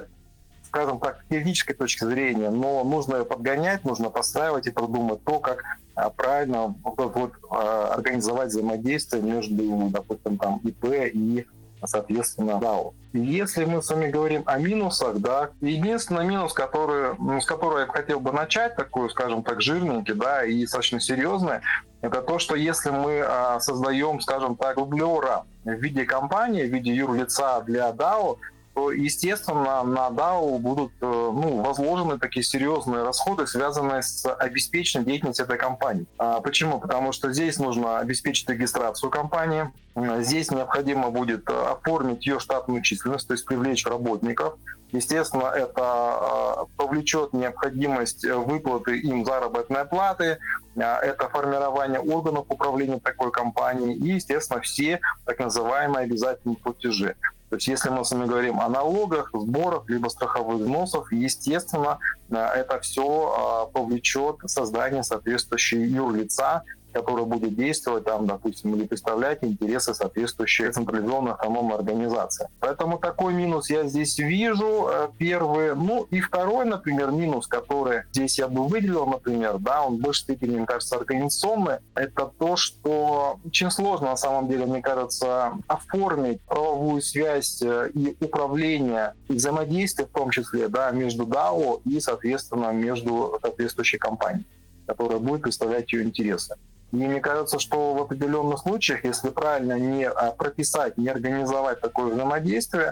скажем так, с теоретической точки зрения, но нужно ее подгонять, нужно постраивать и продумать то, как правильно организовать взаимодействие между, допустим, ИП и, соответственно, DAO. Если мы с вами говорим о минусах, да, единственный минус, с которого я хотел бы начать, такой, скажем так, жирненький, да, и достаточно серьезный, это то, что если мы создаем, скажем так, дублера в виде компании, в виде юрлица для DAO, то, естественно, на DAO будут возложены такие серьезные расходы, связанные с обеспечением деятельности этой компании. Почему? Потому что здесь нужно обеспечить регистрацию компании, здесь необходимо будет оформить ее штатную численность, то есть привлечь работников. Естественно, это повлечет необходимость выплаты им заработной платы, это формирование органов управления такой компанией и, естественно, все так называемые обязательные платежи. То есть если мы с вами говорим о налогах, сборах, либо страховых взносов, естественно, это все повлечет создание соответствующего юрлица, которое будет действовать допустим, или представлять интересы соответствующей централизованной автономной организации. Поэтому такой минус я здесь вижу, первый. И второй, например, минус, который здесь я бы выделил, например, да, он в большей степени, мне кажется, организационный, это то, что очень сложно, на самом деле, мне кажется, оформить правовую связь и управление, и взаимодействие, в том числе, да, между DAO и, соответственно, между соответствующей компанией, которая будет представлять ее интересы. И мне кажется, что в определенных случаях, если правильно не прописать, не организовать такое взаимодействие,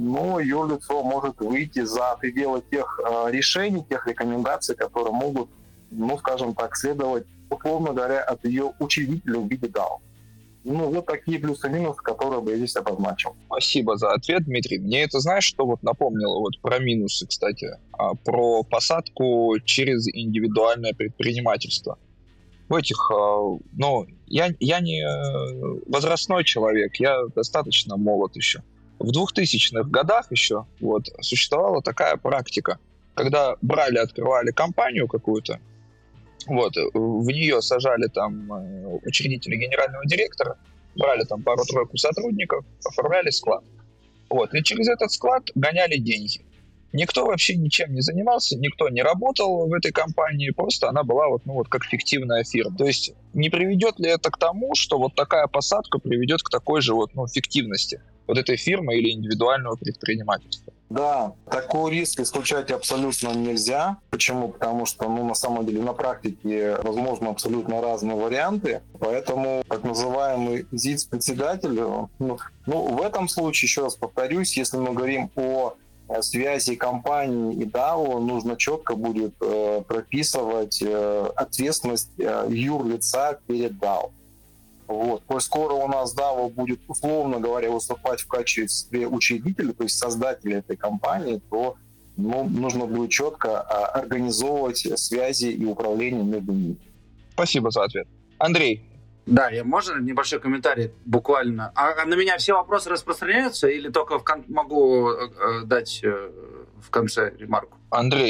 юрлицо может выйти за пределы тех решений, тех рекомендаций, которые могут, скажем так, следовать, условно говоря, от ее учредителя в виде DAO. Вот такие плюсы и минусы, которые бы я здесь обозначил. Спасибо за ответ, Дмитрий. Мне это, знаешь, что напомнило про минусы, кстати, про посадку через индивидуальное предпринимательство. Я не возрастной человек, я достаточно молод еще. В 2000-х годах еще существовала такая практика, когда открывали компанию какую-то, в нее сажали учредителя генерального директора, брали пару-тройку сотрудников, оформляли склад. И через этот склад гоняли деньги. Никто вообще ничем не занимался, никто не работал в этой компании, просто она была как фиктивная фирма. То есть не приведет ли это к тому, что такая посадка приведет к такой же фиктивности этой фирмы или индивидуального предпринимательства? Да, такой риск исключать абсолютно нельзя. Почему? Потому что, на самом деле, на практике возможны абсолютно разные варианты. Поэтому так называемый ЗИЦ-председатель, в этом случае, еще раз повторюсь, если мы говорим о связи компании и DAO, нужно четко будет прописывать ответственность юрлица перед DAO. Коль скоро у нас DAO будет, условно говоря, выступать в качестве учредителя, то есть создателя этой компании, то нужно будет четко организовывать связи и управление между ними. Спасибо за ответ. Андрей. Да, можно небольшой комментарий буквально? А на меня все вопросы распространяются или только могу дать в конце ремарку? Андрей,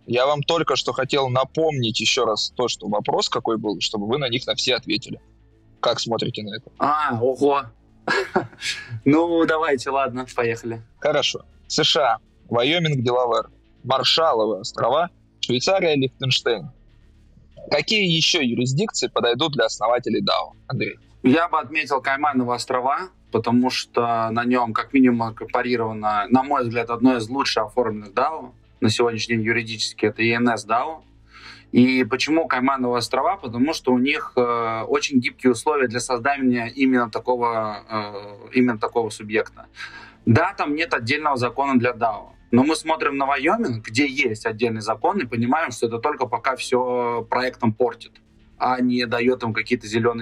Я вам только что хотел напомнить еще раз то, что вопрос какой был, чтобы вы на них на все ответили. Как смотрите на это? Ого. Ну, давайте, ладно, поехали. Хорошо. США, Вайоминг, Делавэр, Маршалловы острова, Швейцария, Лихтенштейн. Какие еще юрисдикции подойдут для основателей DAO, Андрей? Я бы отметил Каймановы острова, потому что на нем как минимум инкорпорировано, на мой взгляд, одно из лучше оформленных DAO. На сегодняшний день юридически это ENS DAO. И почему Каймановы острова? Потому что у них очень гибкие условия для создания именно такого субъекта. Да, там нет отдельного закона для DAO. Но мы смотрим на Вайоминг, где есть отдельный закон, и понимаем, что это только пока все проектом портит, а не дает им какие-то зеленый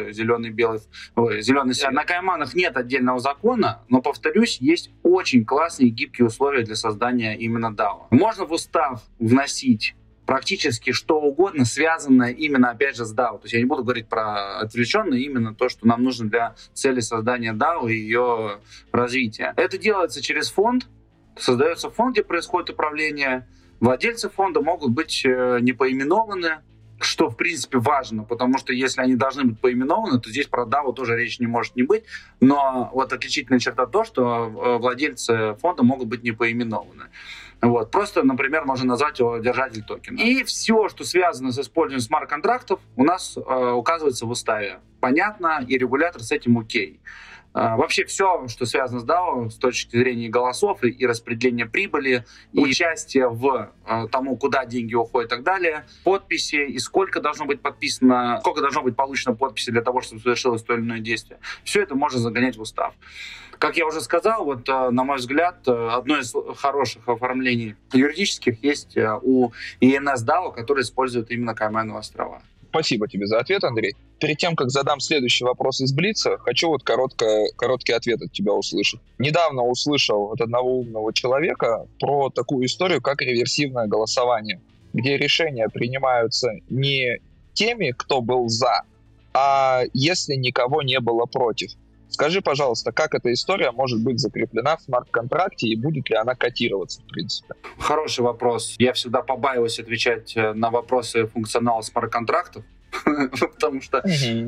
свет. На Кайманах нет отдельного закона, но, повторюсь, есть очень классные и гибкие условия для создания именно DAO. Можно в устав вносить практически что угодно, связанное именно, опять же, с DAO. То есть я не буду говорить про отвлеченное, именно то, что нам нужно для цели создания DAO и ее развития. Это делается через фонд. Создается фонд, где происходит управление. Владельцы фонда могут быть не поименованы, что, в принципе, важно, потому что если они должны быть поименованы, то здесь про DAO тоже речи не может не быть. Но вот отличительная черта то, что владельцы фонда могут быть не поименованы. Вот. Просто, например, можно назвать его держатель токена. И все, что связано с использованием смарт-контрактов, у нас указывается в уставе. Понятно, и регулятор с этим окей. Вообще все, что связано с DAO с точки зрения голосов и распределения прибыли, и участия в тому, куда деньги уходят и так далее, подписи, и сколько должно быть подписано, сколько должно быть получено подписи для того, чтобы совершилось то или иное действие. Все это можно загонять в устав. Как я уже сказал, вот, на мой взгляд, одно из хороших оформлений юридических есть у ENS DAO, который использует именно Каймановы острова. Спасибо тебе за ответ, Андрей. Перед тем, как задам следующий вопрос из Блица, хочу вот короткий ответ от тебя услышать. Недавно услышал от одного умного человека про такую историю, как реверсивное голосование, где решения принимаются не теми, кто был за, а если никого не было против. Скажи, пожалуйста, как эта история может быть закреплена в смарт-контракте и будет ли она котироваться, в принципе? Хороший вопрос. Я всегда побаиваюсь отвечать на вопросы функционала смарт-контрактов, потому что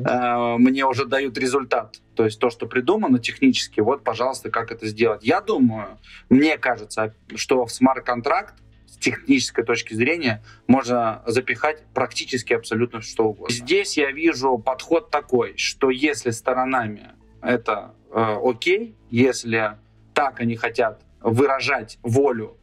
мне уже дают результат. То есть то, что придумано технически, вот, пожалуйста, как это сделать. Я думаю, мне кажется, что в смарт-контракт с технической точки зрения можно запихать практически абсолютно что угодно. Здесь я вижу подход такой, что если сторонами это окей, если так они хотят выражать волю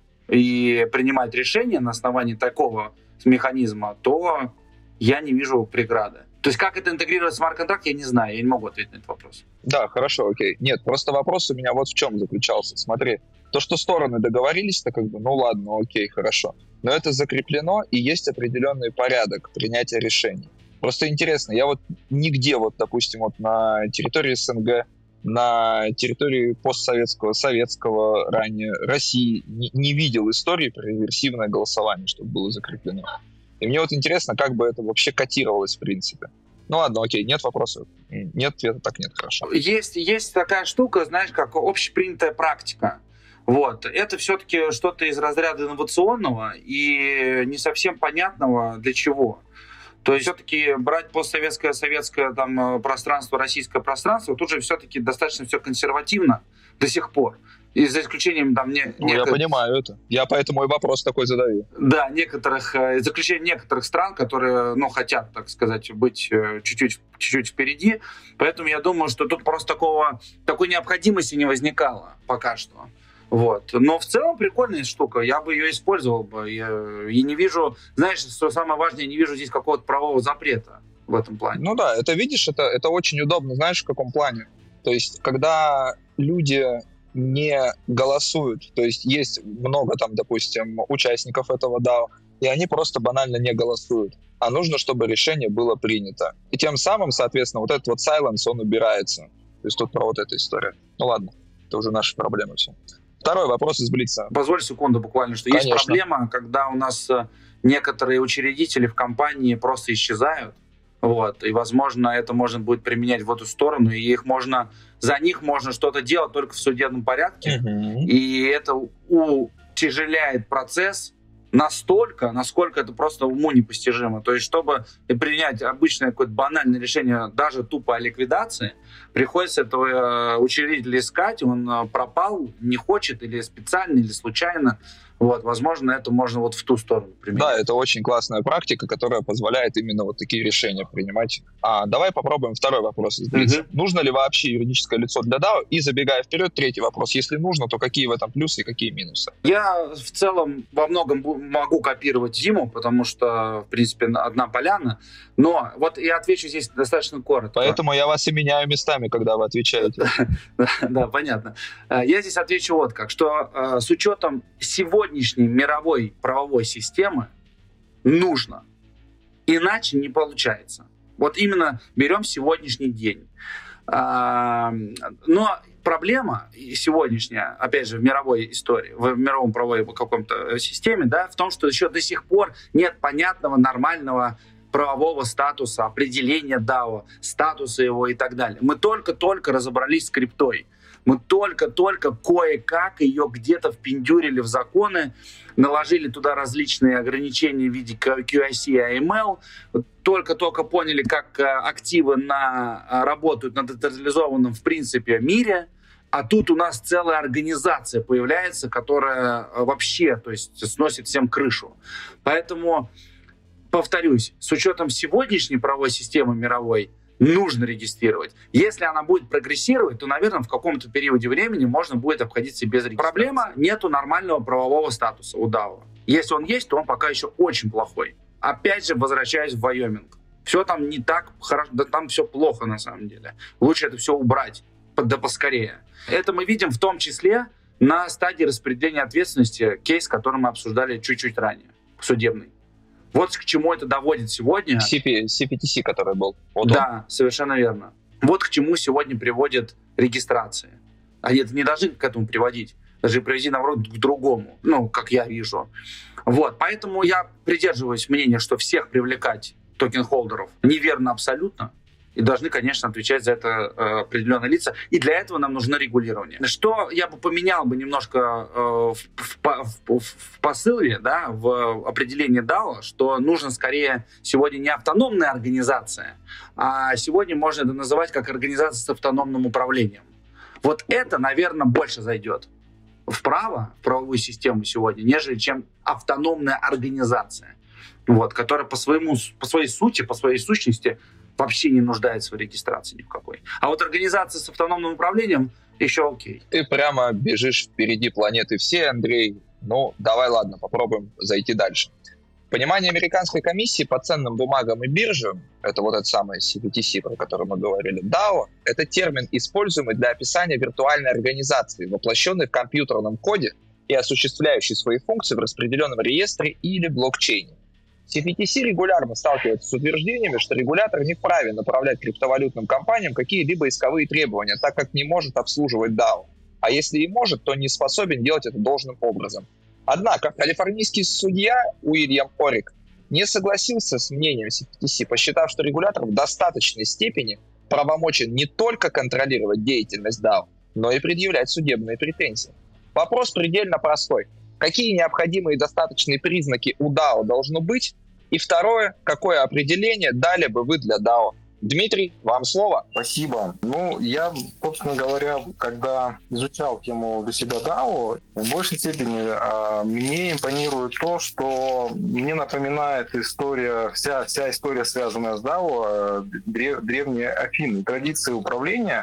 и принимать решения на основании такого механизма, то я не вижу преграды. То есть как это интегрировать в смарт-контракт, я не знаю, я не могу ответить на этот вопрос. Да, хорошо, окей. Нет, просто вопрос у меня вот в чем заключался. Смотри, то, что стороны договорились-то как бы, ну ладно, окей, хорошо. Но это закреплено, и есть определенный порядок принятия решений. Просто интересно, я вот нигде, вот, допустим, вот на территории СНГ, на территории постсоветского, советского ранее России не видел истории про реверсивное голосование, чтобы было закреплено. И мне вот интересно, как бы это вообще котировалось в принципе. Ну ладно, окей, нет вопросов. Нет ответа, так нет, хорошо. Есть такая штука, знаешь, как общепринятая практика. Вот. Это все-таки что-то из разряда инновационного и не совсем понятного для чего. То есть все-таки брать постсоветское, советское там, пространство, российское пространство, тут же все-таки достаточно все консервативно до сих пор. И за исключением там... Я понимаю это. Я поэтому и вопрос такой задаю. Да, за исключением некоторых стран, которые, хотят, так сказать, быть чуть-чуть впереди. Поэтому я думаю, что тут просто такой необходимости не возникало пока что. Вот. Но в целом прикольная штука, я бы ее использовал бы. И не вижу, знаешь, что самое важное, я не вижу здесь какого-то правового запрета в этом плане. Ну да, это видишь, это очень удобно, знаешь, в каком плане. То есть, когда люди не голосуют, то есть есть много там, допустим, участников этого DAO, и они просто банально не голосуют. А нужно, чтобы решение было принято. И тем самым, соответственно, вот этот вот silence, он убирается. То есть тут про вот эту историю. Ну ладно, это уже наши проблемы все. Второй вопрос из Блица. Позволь секунду буквально, что Конечно. Есть проблема, когда у нас некоторые учредители в компании просто исчезают, вот, и, возможно, это можно будет применять в эту сторону, и за них можно что-то делать только в судебном порядке, и это утяжеляет процесс настолько, насколько это просто уму непостижимо. То есть, чтобы принять обычное какое-то банальное решение, даже тупо о ликвидации, приходится этого учредителя искать, он пропал, не хочет, или специально, или случайно. Вот, возможно, это можно вот в ту сторону применить. Да, это очень классная практика, которая позволяет именно вот такие решения принимать. Давай попробуем второй вопрос задать. Нужно ли вообще юридическое лицо для DAO? И забегая вперед, третий вопрос. Если нужно, то какие в этом плюсы и какие минусы? Я в целом во многом могу копировать Диму, потому что, в принципе, одна поляна. Но вот я отвечу здесь достаточно коротко. Поэтому я вас и меняю местами, когда вы отвечаете. Да, понятно. Я здесь отвечу вот как, что с учетом сегодняшней мировой правовой системы нужно. Иначе не получается. Вот именно берем сегодняшний день. Но проблема сегодняшняя, опять же, в мировой истории, в мировом правовой каком-то системе, да, в том, что еще до сих пор нет понятного, нормального правового статуса, определения DAO, статуса его и так далее. Мы только-только разобрались с криптой. Мы только-только кое-как ее где-то впендюрили в законы, наложили туда различные ограничения в виде QIC и AML, только-только поняли, как активы работают на децентрализованном, в принципе, мире, а тут у нас целая организация появляется, которая вообще, то есть, сносит всем крышу. Поэтому, повторюсь, с учетом сегодняшней правовой системы мировой, нужно регистрировать. Если она будет прогрессировать, то, наверное, в каком-то периоде времени можно будет обходиться без регистрации. Проблема — нету нормального правового статуса у DAO. Если он есть, то он пока еще очень плохой. Опять же, возвращаясь в Вайоминг. Все там не так хорошо, да там все плохо на самом деле. Лучше это все убрать, да поскорее. Это мы видим в том числе на стадии распределения ответственности, кейс, который мы обсуждали чуть-чуть ранее, судебный. Вот к чему это доводит сегодня. CPTC, который был. Вот да, совершенно верно. Вот к чему сегодня приводит регистрация. Они не должны к этому приводить. Даже привести, наоборот, к другому. Как я вижу. Вот. Поэтому я придерживаюсь мнения, что всех привлекать токен-холдеров неверно абсолютно. И должны, конечно, отвечать за это определенные лица. И для этого нам нужно регулирование. Что я бы поменял немножко в посыле, да, в определении DAO, что нужно скорее сегодня не автономная организация, а сегодня можно это называть как организация с автономным управлением. Вот это, наверное, больше зайдет в правовую систему сегодня, нежели чем автономная организация, вот, которая по своей сути, по своей сущности вообще не нуждается в регистрации ни в какой. А вот организация с автономным управлением еще окей. Ты прямо бежишь впереди планеты всей, Андрей. Давай, ладно, попробуем зайти дальше. В понимании американской комиссии по ценным бумагам и биржам, это вот этот самый CBTC, про который мы говорили, DAO, это термин, используемый для описания виртуальной организации, воплощенной в компьютерном коде и осуществляющей свои функции в распределенном реестре или блокчейне. CBTC регулярно сталкивается с утверждениями, что регулятор не вправе направлять криптовалютным компаниям какие-либо исковые требования, так как не может обслуживать DAO. А если и может, то не способен делать это должным образом. Однако калифорнийский судья Уильям Орик не согласился с мнением CBTC, посчитав, что регулятор в достаточной степени правомочен не только контролировать деятельность DAO, но и предъявлять судебные претензии. Вопрос предельно простой. Какие необходимые и достаточные признаки у DAO должно быть? И второе, какое определение дали бы вы для DAO? Дмитрий, вам слово. Спасибо. Я, собственно говоря, когда изучал тему для себя DAO, в большей степени мне импонирует то, что мне напоминает история, вся история, связанная с DAO, древние Афины, традиции управления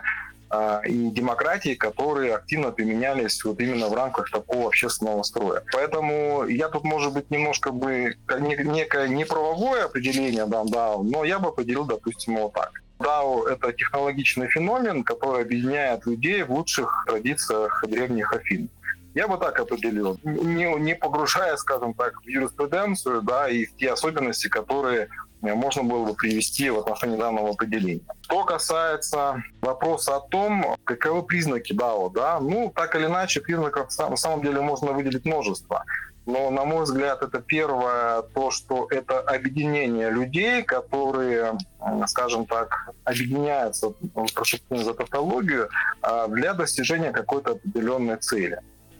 и демократии, которые активно применялись вот именно в рамках такого общественного строя. Поэтому я тут, может быть, немножко бы некое неправовое определение дам DAO, но я бы определил, допустим, вот так. DAO — это технологичный феномен, который объединяет людей в лучших традициях древних Афин. Я бы так определил, не погружая, скажем так, в юриспруденцию, да, и в те особенности, которые можно было бы привести в отношении данного определения. Что касается вопроса о том, каковы признаки DAO, да, так или иначе, признаков на самом деле можно выделить множество. Но, на мой взгляд, это первое, то, что это объединение людей, которые, скажем так, объединяются, прошу за тавтологию, для достижения какой-то определенной цели.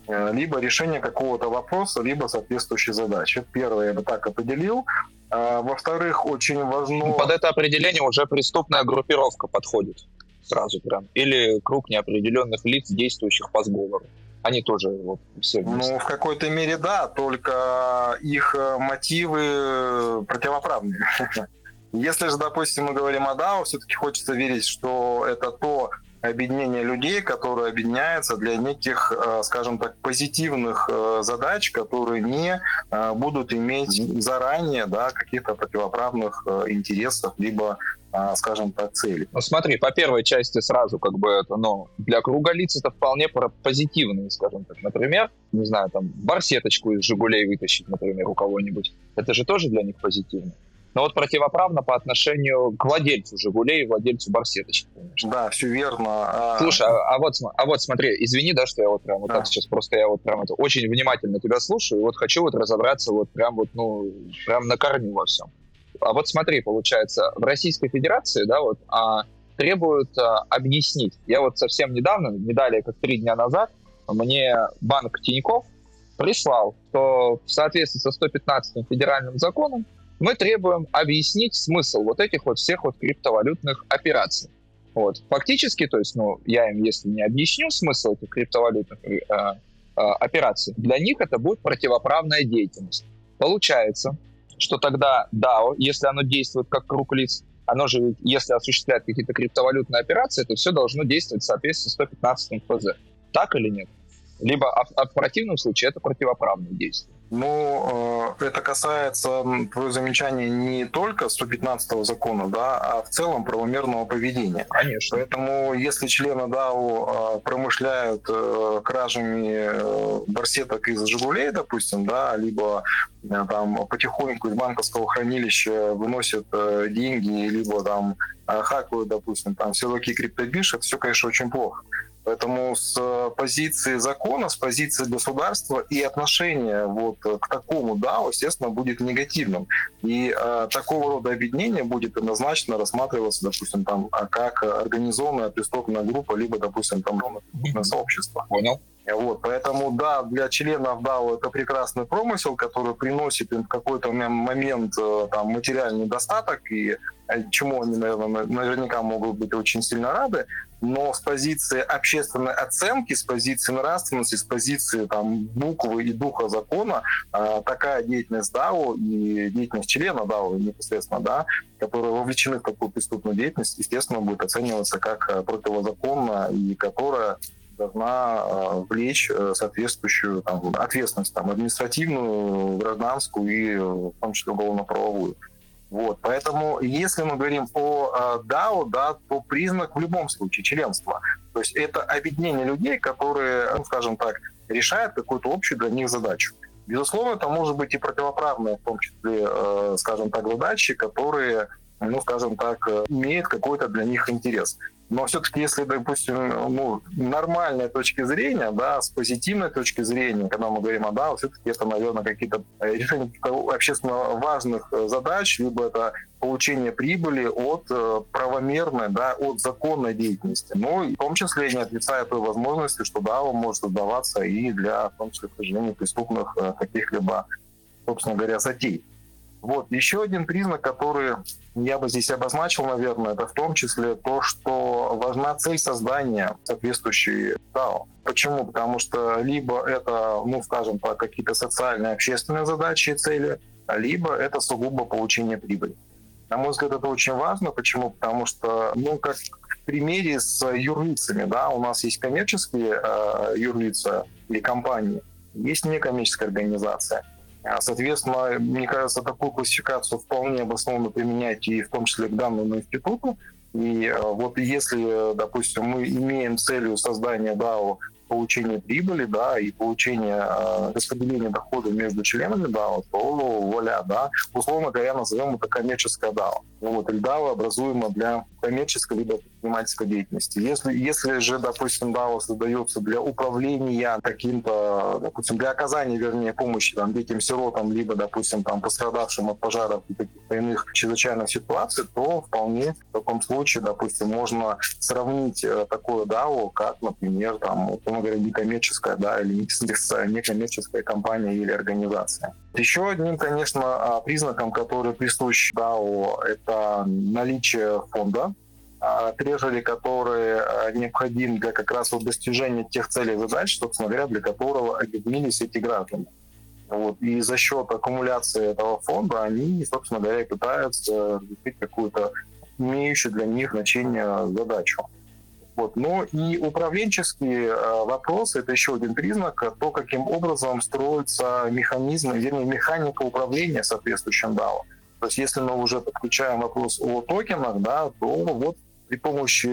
либо решение какого-то вопроса, либо соответствующей задачи. Первое, я бы так определил. Во-вторых, очень важно... Под это определение уже преступная группировка подходит сразу прям. Или круг неопределенных лиц, действующих по сговору. Они тоже вот все вместе. Ну, в какой-то мере да, только их мотивы противоправные. Если же, допустим, мы говорим о DAO, все-таки хочется верить, что это то объединение людей, которое объединяется для неких, скажем так, позитивных задач, которые не будут иметь заранее, да, каких-то противоправных интересов, либо, скажем так, целей. Ну смотри, по первой части сразу как бы это, для круга лиц это вполне позитивные, скажем так. Например, не знаю, там, барсеточку из «Жигулей» вытащить, например, у кого-нибудь. Это же тоже для них позитивно. Но вот противоправно по отношению к владельцу «Жигулей» и владельцу барсеточки, конечно. Да, все верно. Слушай, а вот смотри, извини, да, что я вот прям вот так сейчас просто я вот прям это очень внимательно тебя слушаю, и вот хочу вот разобраться вот прям вот, прям на корню во всем. А вот смотри, получается, в Российской Федерации, да, вот требуют объяснить. Я вот совсем недавно, не далее как 3 дня назад, мне банк Тинькофф прислал, что в соответствии со 115-м федеральным законом мы требуем объяснить смысл вот этих вот всех вот криптовалютных операций. Вот. Фактически, то есть, я им, если не объясню смысл этих криптовалютных операций, для них это будет противоправная деятельность. Получается, что тогда DAO, если оно действует как круг лиц, оно же, если осуществляет какие-то криптовалютные операции, это все должно действовать в соответствии с 115 ФЗ. Так или нет? Либо в противном случае это противоправное действие. Ну, это касается, твое замечание, не только 115-го закона, да, а в целом правомерного поведения. Конечно. Поэтому, если члены DAO промышляют кражами барсеток из «Жигулей», допустим, да, либо там потихоньку из банковского хранилища выносят деньги, либо там хакают, допустим, там силовики криптобирж, это все, конечно, очень плохо. Поэтому с позиции закона, с позиции государства и отношение вот к такому DAO, естественно, будет негативным. И такого рода объединение будет однозначно рассматриваться, допустим, там, как организованная преступная группа, либо, допустим, там, преступное сообщество. Понял. Вот, поэтому, да, для членов DAO это прекрасный промысел, который приносит им в какой-то момент там, материальный достаток, и чему они, наверное, наверняка могут быть очень сильно рады, но с позиции общественной оценки, с позиции нравственности, с позиции там, буквы и духа закона, такая деятельность DAO и деятельность члена DAO непосредственно, да, которые вовлечены в такую преступную деятельность, естественно, будет оцениваться как противозаконная и которая должна влечь соответствующую там, ответственность там, административную, гражданскую и в том числе уголовно-правовую. Вот. Поэтому если мы говорим о DAO, да, то признак в любом случае членства. То есть это объединение людей, которые, скажем так, решают какую-то общую для них задачу. Безусловно, это может быть и противоправные, в том числе, скажем так, задачи, которые, скажем так, имеют какой-то для них интерес. Но все-таки, если, допустим, нормальной точки зрения, да, с позитивной точки зрения, когда мы говорим о DAO, все-таки это, наверное, какие-то решения общественно важных задач, либо это получение прибыли от правомерной, да, от законной деятельности. Ну, и в том числе не отрицая той возможности, что DAO может создаваться и для, в том числе, преступления преступных каких-либо, собственно говоря, затей. Вот. Еще один признак, который я бы здесь обозначил, наверное, это в том числе то, что важна цель создания соответствующей DAO. Почему? Потому что либо это, скажем так, какие-то социальные, общественные задачи и цели, либо это сугубо получение прибыли. На мой взгляд, это очень важно. Почему? Потому что, как в примере с юрлицами, да, у нас есть коммерческие юрлица или компании, есть некоммерческая организация. Соответственно, мне кажется, такую классификацию вполне обоснованно применять и в том числе к данному институту. И вот если, допустим, мы имеем целью создания DAO получения прибыли, да, и получения распределения дохода между членами DAO, то вуаля, да, условно говоря, назовем это коммерческая DAO. Вот, или DAO образуема для коммерческой, либо предпринимательской деятельности. Если же, допустим, DAO создается для управления каким-то, допустим, для оказания, вернее, помощи там, детям-сиротам, либо, допустим, там, пострадавшим от пожаров и каких-то иных чрезвычайных ситуаций, то вполне в таком случае, допустим, можно сравнить такое DAO, как, например, там, условно говоря, некоммерческая, да, или некоммерческая компания или организация. Еще одним, конечно, признаком, который присущ DAO, это наличие фонда, трежери, который необходим для как раз вот достижения тех целей и задач, собственно говоря, для которого объединились эти граждане. Вот. И за счет аккумуляции этого фонда они, собственно говоря, пытаются решить какую-то имеющую для них значение задачу. Вот. Но и управленческие вопросы — это еще один признак, то, каким образом строится механизм, вернее, механика управления соответствующим DAO. То есть если мы уже подключаем вопрос о токенах, да, то вот при помощи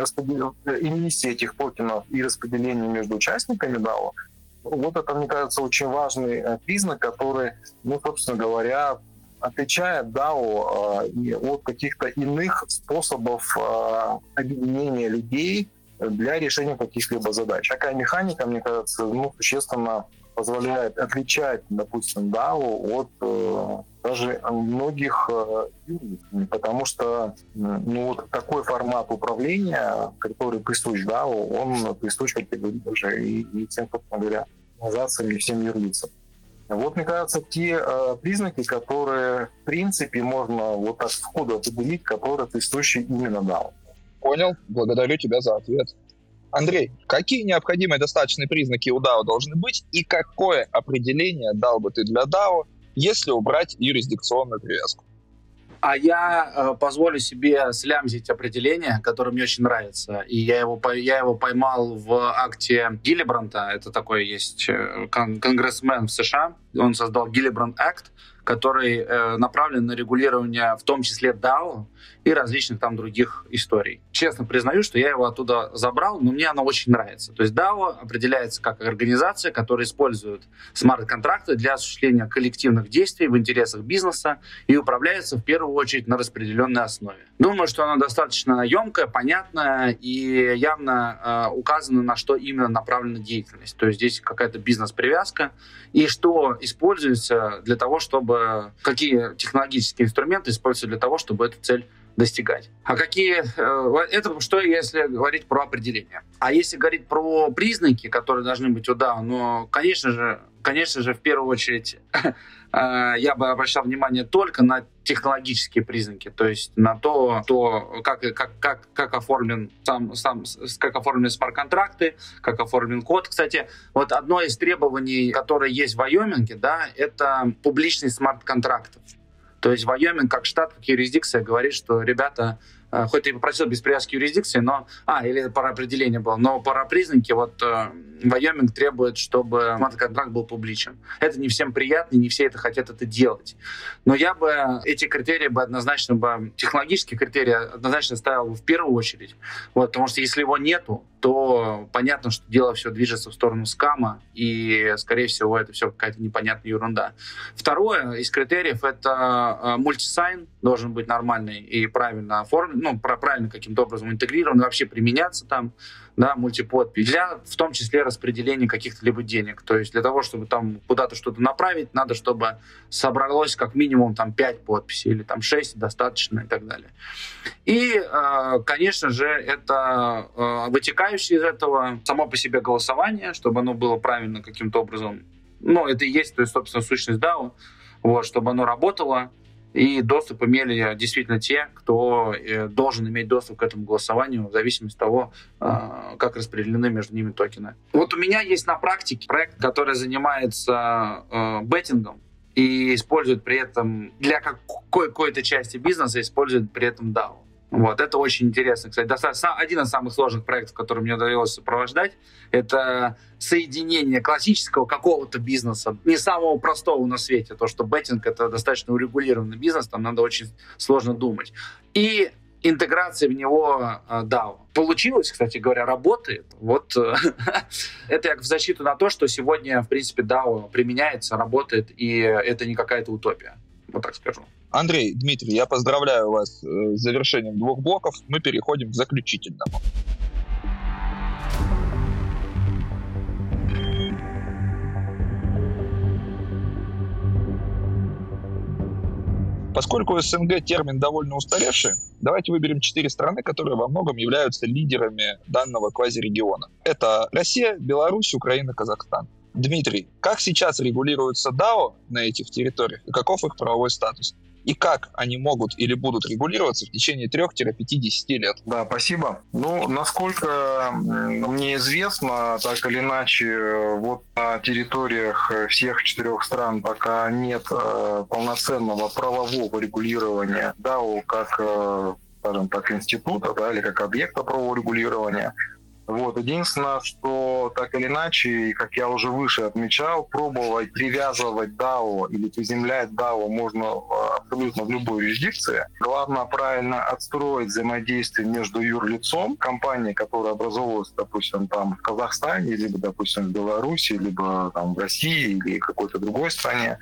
эмиссии этих токенов и распределения между участниками DAO, вот это, мне кажется, очень важный признак, который, ну, собственно говоря, отличает DAO от каких-то иных способов объединения людей для решения каких-либо задач. Такая механика, мне кажется, ну, существенно позволяет отличать, допустим, DAO от даже многих юрлиц, потому что ну, вот такой формат управления, который присущ DAO, он присущ, как я говорю, даже и тем, собственно говоря, организациям и всем юрлицам. Вот, мне кажется, те признаки, которые, в принципе, можно вот так сходу определить, которые присущи именно DAO. Понял. Благодарю тебя за ответ. Андрей, какие необходимые достаточные признаки у DAO должны быть и какое определение дал бы ты для DAO, если убрать юрисдикционную привязку? А я позволю себе слямзить определение, которое мне очень нравится. И я его поймал в акте Гиллибранта. Это такой есть конгрессмен в США. Он создал Гиллибрант Act, который направлен на регулирование в том числе DAO и различных там других историй. Честно признаю, что я его оттуда забрал, но мне оно очень нравится. То есть DAO определяется как организация, которая использует смарт-контракты для осуществления коллективных действий в интересах бизнеса и управляется в первую очередь на распределенной основе. Думаю, что оно достаточно емкое, понятное и явно указано, на что именно направлена деятельность. То есть здесь какая-то бизнес-привязка и что используется для того, чтобы... Какие технологические инструменты используются для того, чтобы эту цель достигать. А какие... Это что, если говорить про определение. А если говорить про признаки, которые должны быть у DAO, ну, конечно же, в первую очередь, я бы обращал внимание только на технологические признаки, то есть на то как оформлены смарт-контракты, как оформлен код. Кстати, вот одно из требований, которое есть в Вайоминге, да, это публичность смарт-контрактов. То есть Вайоминг как штат, как юрисдикция говорит, что ребята, хоть и попросил без привязки юрисдикции, но... или пара определения было, но пара признаки, вот Вайоминг требует, чтобы смарт-контракт был публичен. Это не всем приятно, и не все это хотят это делать. Но я бы эти критерии технологические критерии однозначно ставил в первую очередь. Вот, потому что если его нету, то понятно, что дело все движется в сторону скама, и, скорее всего, это все какая-то непонятная ерунда. Второе из критериев — это мультисайн должен быть нормальный и правильно оформлен, правильно каким-то образом интегрирован, вообще применяться там, да, мультиподпись, для в том числе распределения каких-то либо денег. То есть для того, чтобы там куда-то что-то направить, надо, чтобы собралось как минимум там 5 подписей или там 6 достаточно и так далее. И, конечно же, это вытекающее из этого само по себе голосование, чтобы оно было правильно каким-то образом. Это и есть, то есть, собственно, сущность DAO, вот, чтобы оно работало. И доступ имели действительно те, кто должен иметь доступ к этому голосованию в зависимости от того, как распределены между ними токены. Вот у меня есть на практике проект, который занимается беттингом и использует при этом для какой-то части бизнеса использует при этом DAO. Вот, это очень интересно. Кстати, один из самых сложных проектов, который мне удалось сопровождать, это соединение классического какого-то бизнеса, не самого простого на свете, то, что беттинг — это достаточно урегулированный бизнес, там надо очень сложно думать, и интеграция в него DAO. Получилось, кстати говоря, работает. Вот это я в защиту на то, что сегодня, в принципе, DAO применяется, работает, и это не какая-то утопия. Вот так скажу. Андрей, Дмитрий, я поздравляю вас с завершением 2 блоков. Мы переходим к заключительному. Поскольку СНГ термин довольно устаревший, давайте выберем 4 страны, которые во многом являются лидерами данного квазирегиона. Это Россия, Беларусь, Украина, Казахстан. Дмитрий, как сейчас регулируется DAO на этих территориях и каков их правовой статус? И как они могут или будут регулироваться в течение 3-5-10 лет? Да, спасибо. Насколько мне известно, так или иначе, вот на территориях всех 4 стран пока нет полноценного правового регулирования DAO как, скажем так, института, да, или как объекта правового регулирования. Единственное, что так или иначе, и как я уже выше отмечал, пробовать привязывать DAO или приземлять DAO можно абсолютно в любой юрисдикции. Главное правильно отстроить взаимодействие между юрлицом, компанией, которая образовывалась, допустим, там в Казахстане, либо, допустим, в Беларуси, либо там в России или какой-то другой стране.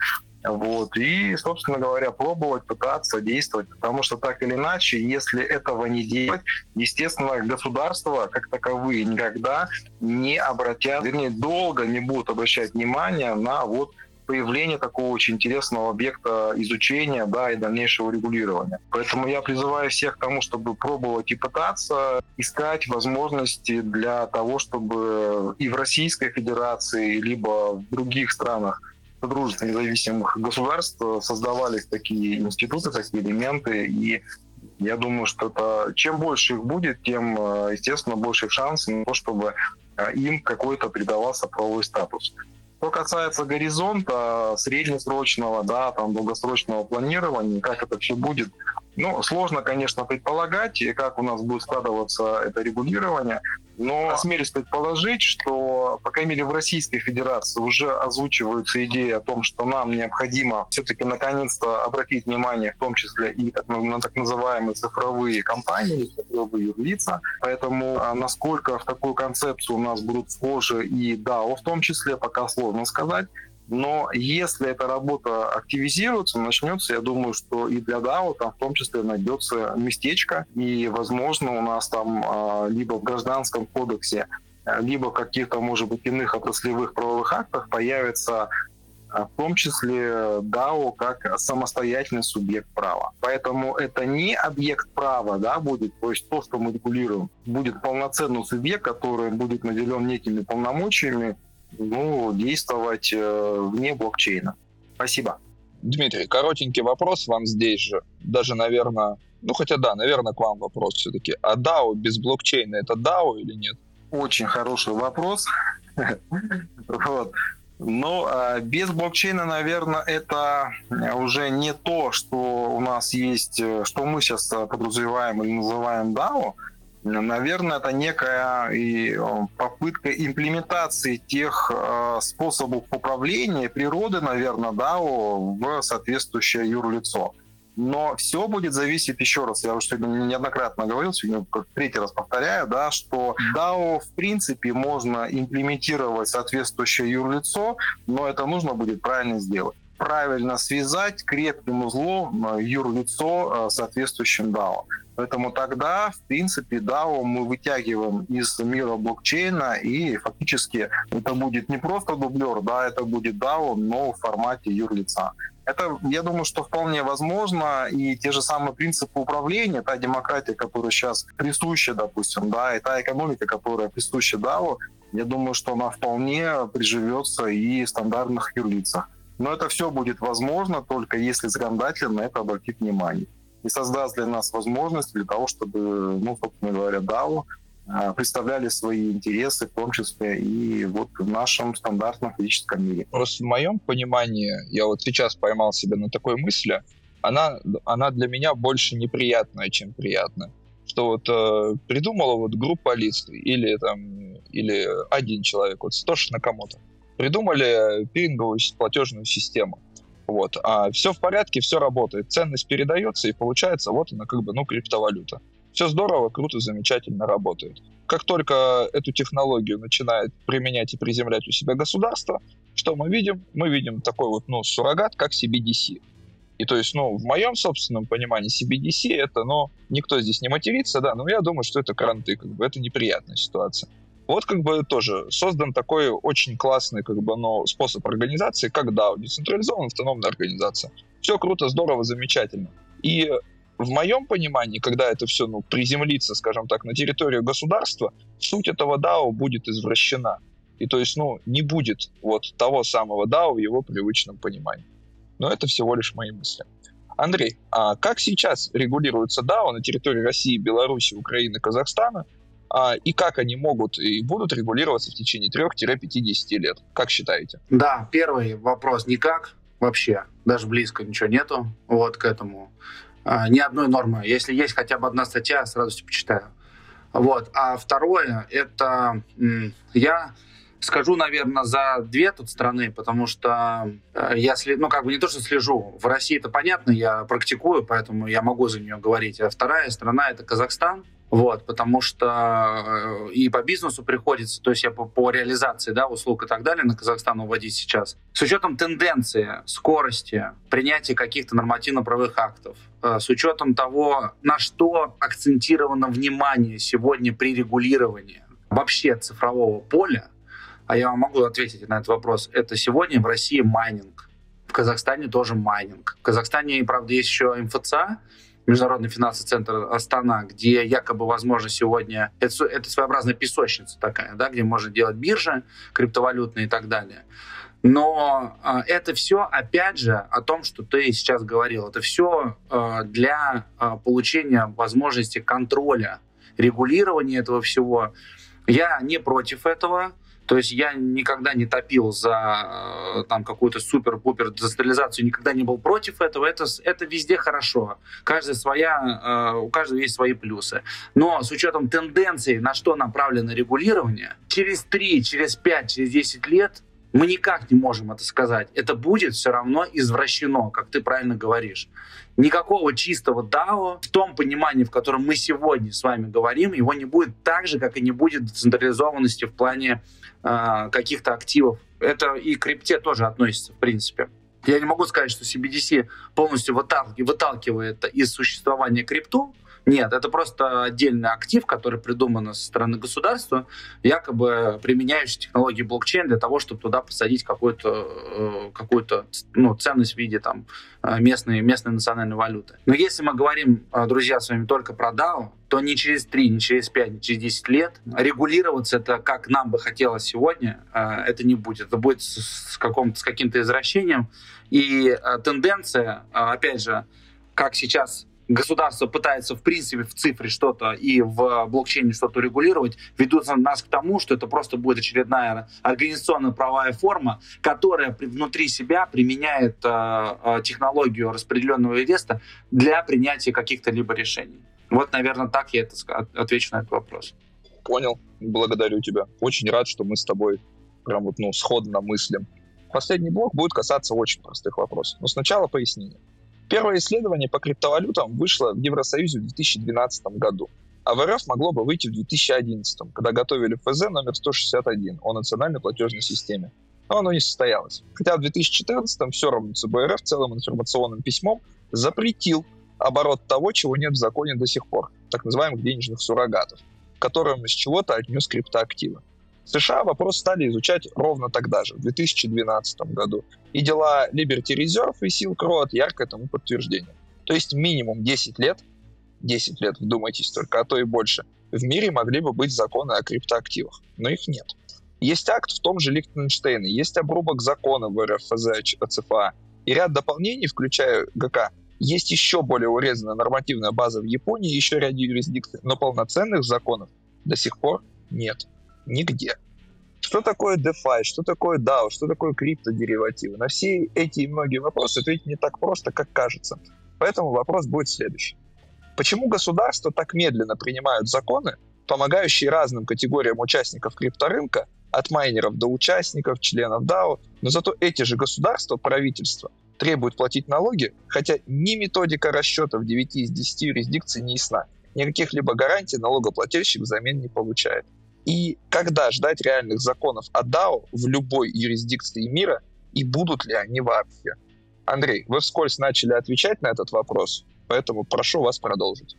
И, собственно говоря, пробовать, пытаться действовать, потому что так или иначе, если этого не делать, естественно, государства как таковые никогда не обратят, долго не будут обращать внимание на появление такого очень интересного объекта изучения, да, и дальнейшего регулирования. Поэтому я призываю всех к тому, чтобы пробовать и пытаться искать возможности для того, чтобы и в Российской Федерации, либо в других странах содружеств независимых государств создавались такие институты, такие элементы, и я думаю, что чем больше их будет, тем, естественно, больше шансов на то, чтобы им какой-то придавался правовой статус. Что касается горизонта среднесрочного, да, долгосрочного планирования, как это все будет, сложно, конечно, предполагать, как у нас будет складываться это регулирование, но осмелюсь предположить, что, по крайней мере, в Российской Федерации уже озвучиваются идеи о том, что нам необходимо все-таки наконец-то обратить внимание, в том числе и на так называемые цифровые компании, цифровые юрлица. Поэтому насколько в такую концепцию у нас будут схожи и DAO в том числе, пока сложно сказать. Но если эта работа активизируется, начнется, я думаю, что и для DAO там в том числе найдется местечко, и, возможно, у нас там либо в Гражданском кодексе, либо в каких-то, может быть, иных отраслевых правовых актах появится в том числе DAO как самостоятельный субъект права. Поэтому это не объект права, да, будет, то есть то, что мы регулируем, будет полноценный субъект, который будет наделен некими полномочиями, действовать вне блокчейна. Спасибо. Дмитрий, коротенький вопрос вам здесь же. Даже, наверное, наверное, к вам вопрос все-таки. А DAO без блокчейна — это DAO или нет? Очень хороший вопрос. Но без блокчейна, наверное, это уже не то, что у нас есть, что мы сейчас подразумеваем или называем DAO. Наверное, это некая попытка имплементации тех способов управления природы, наверное, DAO в соответствующее юрлицо. Но все будет зависеть, еще раз, я уже сегодня неоднократно говорил, сегодня как 3-й раз повторяю, да, что DAO в принципе можно имплементировать соответствующее юрлицо, но это нужно будет правильно сделать. Правильно связать крепким узлом юрлицо соответствующим DAO. Поэтому тогда, в принципе, DAO мы вытягиваем из мира блокчейна, и фактически это будет не просто дублер, да, это будет DAO, но в формате юрлица. Это, я думаю, что вполне возможно, и те же самые принципы управления, та демократия, которая сейчас присуща, допустим, да, и та экономика, которая присуща DAO, я думаю, что она вполне приживется и в стандартных юрлицах. Но это все будет возможно только если законодатель на это обратит внимание и создаст для нас возможность для того, чтобы, собственно говоря, DAO представляли свои интересы, в том числе и в нашем стандартном физическом мире. Просто в моем понимании, я сейчас поймал себя на такой мысли, она для меня больше неприятная, чем приятная. Что придумала группа лиц или один человек, Satoshi Накамото, придумали пиринговую платежную систему. Все в порядке, все работает, ценность передается, и получается она криптовалюта. Все здорово, круто, замечательно работает. Как только эту технологию начинает применять и приземлять у себя государство, что мы видим? Мы видим такой суррогат, как CBDC. И то есть, в моем собственном понимании CBDC это, никто здесь не матерится, да, но я думаю, что это кранты, это неприятная ситуация. Вот тоже создан такой очень классный способ организации, как DAO, децентрализованная автономная организация. Все круто, здорово, замечательно. И в моем понимании, когда это все приземлится, скажем так, на территорию государства, суть этого DAO будет извращена. И то есть, не будет того самого DAO в его привычном понимании. Но это всего лишь мои мысли. Андрей, а как сейчас регулируется DAO на территории России, Беларуси, Украины, Казахстана? И как они могут и будут регулироваться в течение 3-50 лет? Как считаете? Да, первый вопрос никак вообще. Даже близко ничего нету к этому. Ни одной нормы. Если есть хотя бы одна статья, с радостью почитаю. А второе, это я скажу, наверное, за две тут страны, потому что я не то, что слежу. В России это понятно, я практикую, поэтому я могу за нее говорить. А вторая страна — это Казахстан. Потому что и по бизнесу приходится, то есть я по реализации услуг и так далее на Казахстан уводить сейчас. С учетом тенденции, скорости, принятия каких-то нормативно-правовых актов, с учетом того, на что акцентировано внимание сегодня при регулировании вообще цифрового поля, а я вам могу ответить на этот вопрос, это сегодня в России майнинг, в Казахстане тоже майнинг. В Казахстане, правда, есть еще МФЦ, Международный финансовый центр Астана, где якобы возможно сегодня... Это своеобразная песочница такая, где можно делать биржи криптовалютные и так далее. Но это все, опять же, о том, что ты сейчас говорил. Это все для получения возможности контроля, регулирования этого всего. Я не против этого. То есть я никогда не топил за какую-то супер-пупер децентрализацию, никогда не был против этого. Это везде хорошо. У каждого есть свои плюсы. Но с учетом тенденций, на что направлено регулирование, через 3, через 5, через 10 лет мы никак не можем это сказать. Это будет все равно извращено, как ты правильно говоришь. Никакого чистого DAO в том понимании, в котором мы сегодня с вами говорим, его не будет так же, как и не будет децентрализованности в плане каких-то активов. Это и к крипте тоже относится, в принципе. Я не могу сказать, что CBDC полностью выталкивает из существования крипту. Нет, это просто отдельный актив, который придуман со стороны государства, якобы применяющий технологии блокчейн для того, чтобы туда посадить какую-то ценность в виде местной национальной валюты. Но если мы говорим, друзья, с вами только про DAO, то не через 3, не через 5, не через 10 лет регулироваться это, как нам бы хотелось сегодня, это не будет. Это будет с каким-то извращением. И тенденция, опять же, как сейчас государство пытается, в принципе, в цифре что-то и в блокчейне что-то регулировать, ведут нас к тому, что это просто будет очередная организационно-правовая форма, которая внутри себя применяет технологию распределенного инвеста для принятия каких-то либо решений. Наверное, так я отвечу на этот вопрос. Понял. Благодарю тебя. Очень рад, что мы с тобой прям сходно мыслим. Последний блок будет касаться очень простых вопросов. Но сначала пояснение. Первое исследование по криптовалютам вышло в Евросоюзе в 2012 году, а в РФ могло бы выйти в 2011, когда готовили ФЗ номер 161 о национальной платежной системе. Но оно не состоялось. Хотя в 2014 все равно ЦБ РФ целым информационным письмом запретил оборот того, чего нет в законе до сих пор, так называемых денежных суррогатов, которым из чего-то отнес криптоактивы. В США вопрос стали изучать ровно тогда же, в 2012 году. И дела Liberty Reserve и Silk Road ярко этому подтверждение. То есть минимум 10 лет, вдумайтесь только, а то и больше, в мире могли бы быть законы о криптоактивах, но их нет. Есть акт в том же Лихтенштейне, есть обрубок закона в РФ ФЗ ЦФА и ряд дополнений, включая ГК. Есть еще более урезанная нормативная база в Японии, еще ряд юрисдикций, но полноценных законов до сих пор нет. Нигде. Что такое DeFi, что такое DAO, что такое криптодеривативы? На все эти и многие вопросы ответить не так просто, как кажется. Поэтому вопрос будет следующий. Почему государства так медленно принимают законы, помогающие разным категориям участников крипторынка, от майнеров до участников, членов DAO, но зато эти же государства, правительства, требуют платить налоги, хотя ни методика расчета в 9 из 10 юрисдикций не ясна, никаких либо гарантий налогоплательщик взамен не получает. И когда ждать реальных законов о DAO в любой юрисдикции мира, и будут ли они вообще? Андрей, вы вскользь начали отвечать на этот вопрос, поэтому прошу вас продолжить.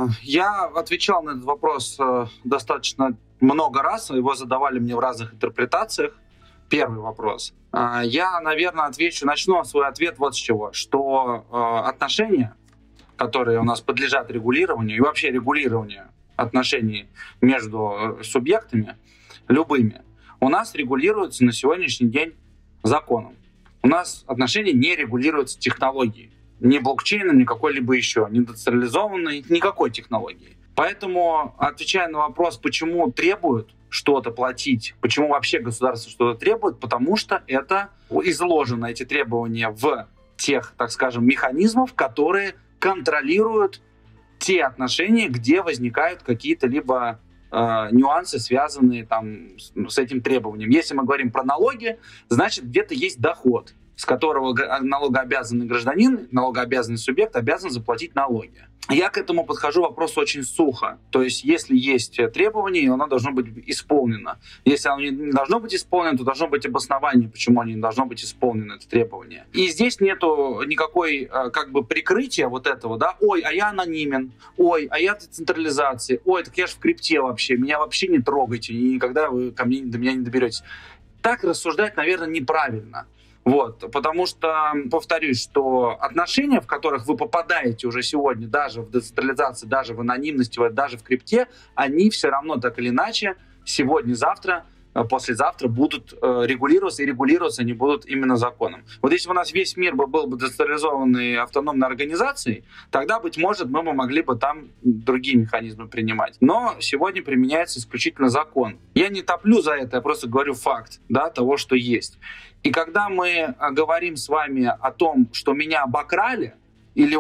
Я отвечал на этот вопрос достаточно много раз, его задавали мне в разных интерпретациях. Первый вопрос. Я, наверное, начну свой ответ вот с чего, что отношения, которые у нас подлежат регулированию, и вообще регулированию отношений между субъектами, любыми, у нас регулируются на сегодняшний день законом. У нас отношения не регулируются технологией. Ни блокчейном, ни какой-либо еще, ни децентрализованной, никакой технологией. Поэтому, отвечая на вопрос, почему требуют что-то платить, почему вообще государство что-то требует, потому что это изложено, эти требования, в тех, так скажем, механизмов, которые контролируют те отношения, где возникают какие-то либо нюансы, связанные там с этим требованием. Если мы говорим про налоги, значит, где-то есть доход, с которого налогообязанный гражданин, налогообязанный субъект обязан заплатить налоги. Я к этому подхожу вопрос очень сухо. То есть, если есть требование, оно должно быть исполнено. Если оно не должно быть исполнено, то должно быть обоснование, почему оно не должно быть исполнено, это требование. И здесь нету никакой прикрытия вот этого, да, ой, а я анонимен, ой, а я в децентрализации, ой, так я же в крипте вообще, меня вообще не трогайте, и никогда вы до меня не доберетесь. Так рассуждать, наверное, неправильно. Вот, потому что, повторюсь, что отношения, в которых вы попадаете уже сегодня, даже в децентрализации, даже в анонимности, даже в крипте, они все равно так или иначе сегодня, завтра, послезавтра будут регулироваться, и регулироваться они будут именно законом. Вот если бы у нас весь мир был бы децентрализованной автономной организацией, тогда, быть может, мы бы могли бы там другие механизмы принимать. Но сегодня применяется исключительно закон. Я не топлю за это, я просто говорю факт, да, того, что есть. И когда мы говорим с вами о том, что меня обокрали, или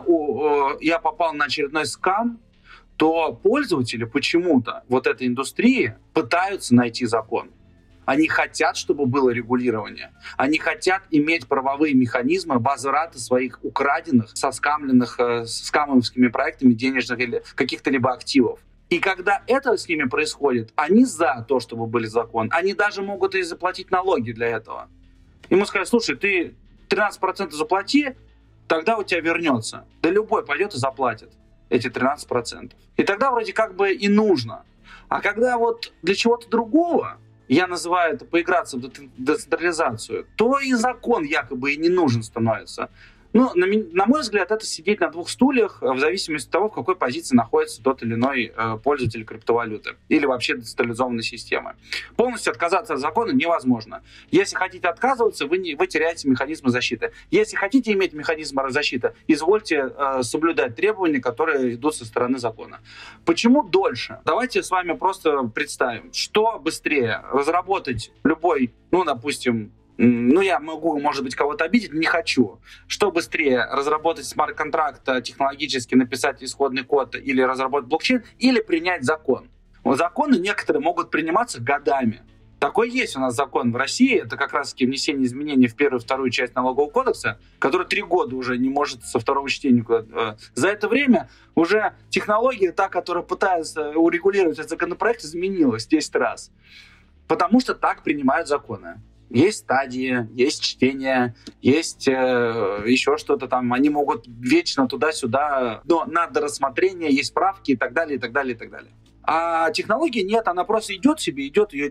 я попал на очередной скам, то пользователи почему-то вот этой индустрии пытаются найти закон. Они хотят, чтобы было регулирование. Они хотят иметь правовые механизмы возврата своих украденных, соскамленных скамовскими проектами денежных или каких-то либо активов. И когда это с ними происходит, они за то, чтобы был закон. Они даже могут и заплатить налоги для этого. Ему сказать, слушай, ты 13% заплати, тогда у тебя вернется. Да любой пойдет и заплатит эти 13%. И тогда вроде как бы и нужно. А когда вот для чего-то другого, я называю это поиграться в децентрализацию, то и закон якобы и не нужен становится. Ну, на мой взгляд, это сидеть на двух стульях в зависимости от того, в какой позиции находится тот или иной пользователь криптовалюты или вообще децентрализованной системы. Полностью отказаться от закона невозможно. Если хотите отказываться, вы теряете механизмы защиты. Если хотите иметь механизмы защиты, извольте соблюдать требования, которые идут со стороны закона. Почему дольше? Давайте с вами просто представим, что быстрее разработать любой, допустим, я могу, может быть, кого-то обидеть, но не хочу. Что быстрее, разработать смарт-контракт, технологически написать исходный код или разработать блокчейн, или принять закон? Законы некоторые могут приниматься годами. Такой есть у нас закон в России, это как раз-таки внесение изменений в первую и вторую часть налогового кодекса, который 3 года уже не может со второго чтения. За это время уже технология, та, которая пытается урегулировать этот законопроект, изменилась 10 раз. Потому что так принимают законы. Есть стадии, есть чтение, есть еще что-то там. Они могут вечно туда-сюда, но надо рассмотрения, есть правки и так далее, и так далее, и так далее. А технологии нет, она просто идет себе, ее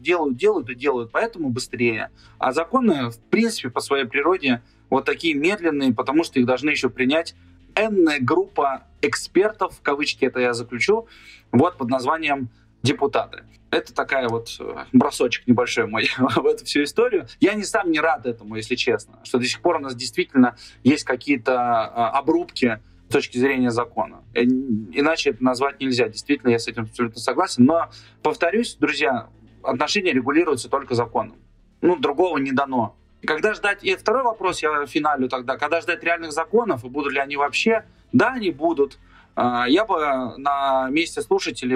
делают, поэтому быстрее. А законы, в принципе, по своей природе вот такие медленные, потому что их должны еще принять энная группа экспертов, в кавычки это я заключу, вот под названием депутаты. Это такая вот бросочек небольшой мой в эту всю историю. Я сам не рад этому, если честно, что до сих пор у нас действительно есть какие-то обрубки с точки зрения закона. Иначе это назвать нельзя. Действительно, я с этим абсолютно согласен. Но, повторюсь, друзья, отношения регулируются только законом. Другого не дано. И когда ждать... И второй вопрос я финалю тогда. Когда ждать реальных законов, и будут ли они вообще? Да, они будут. Я бы на месте слушателей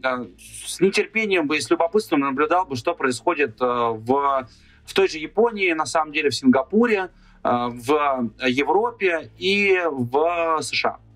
с нетерпением и с любопытством наблюдал бы, что происходит в той же Японии, на самом деле в Сингапуре, в Европе и в США.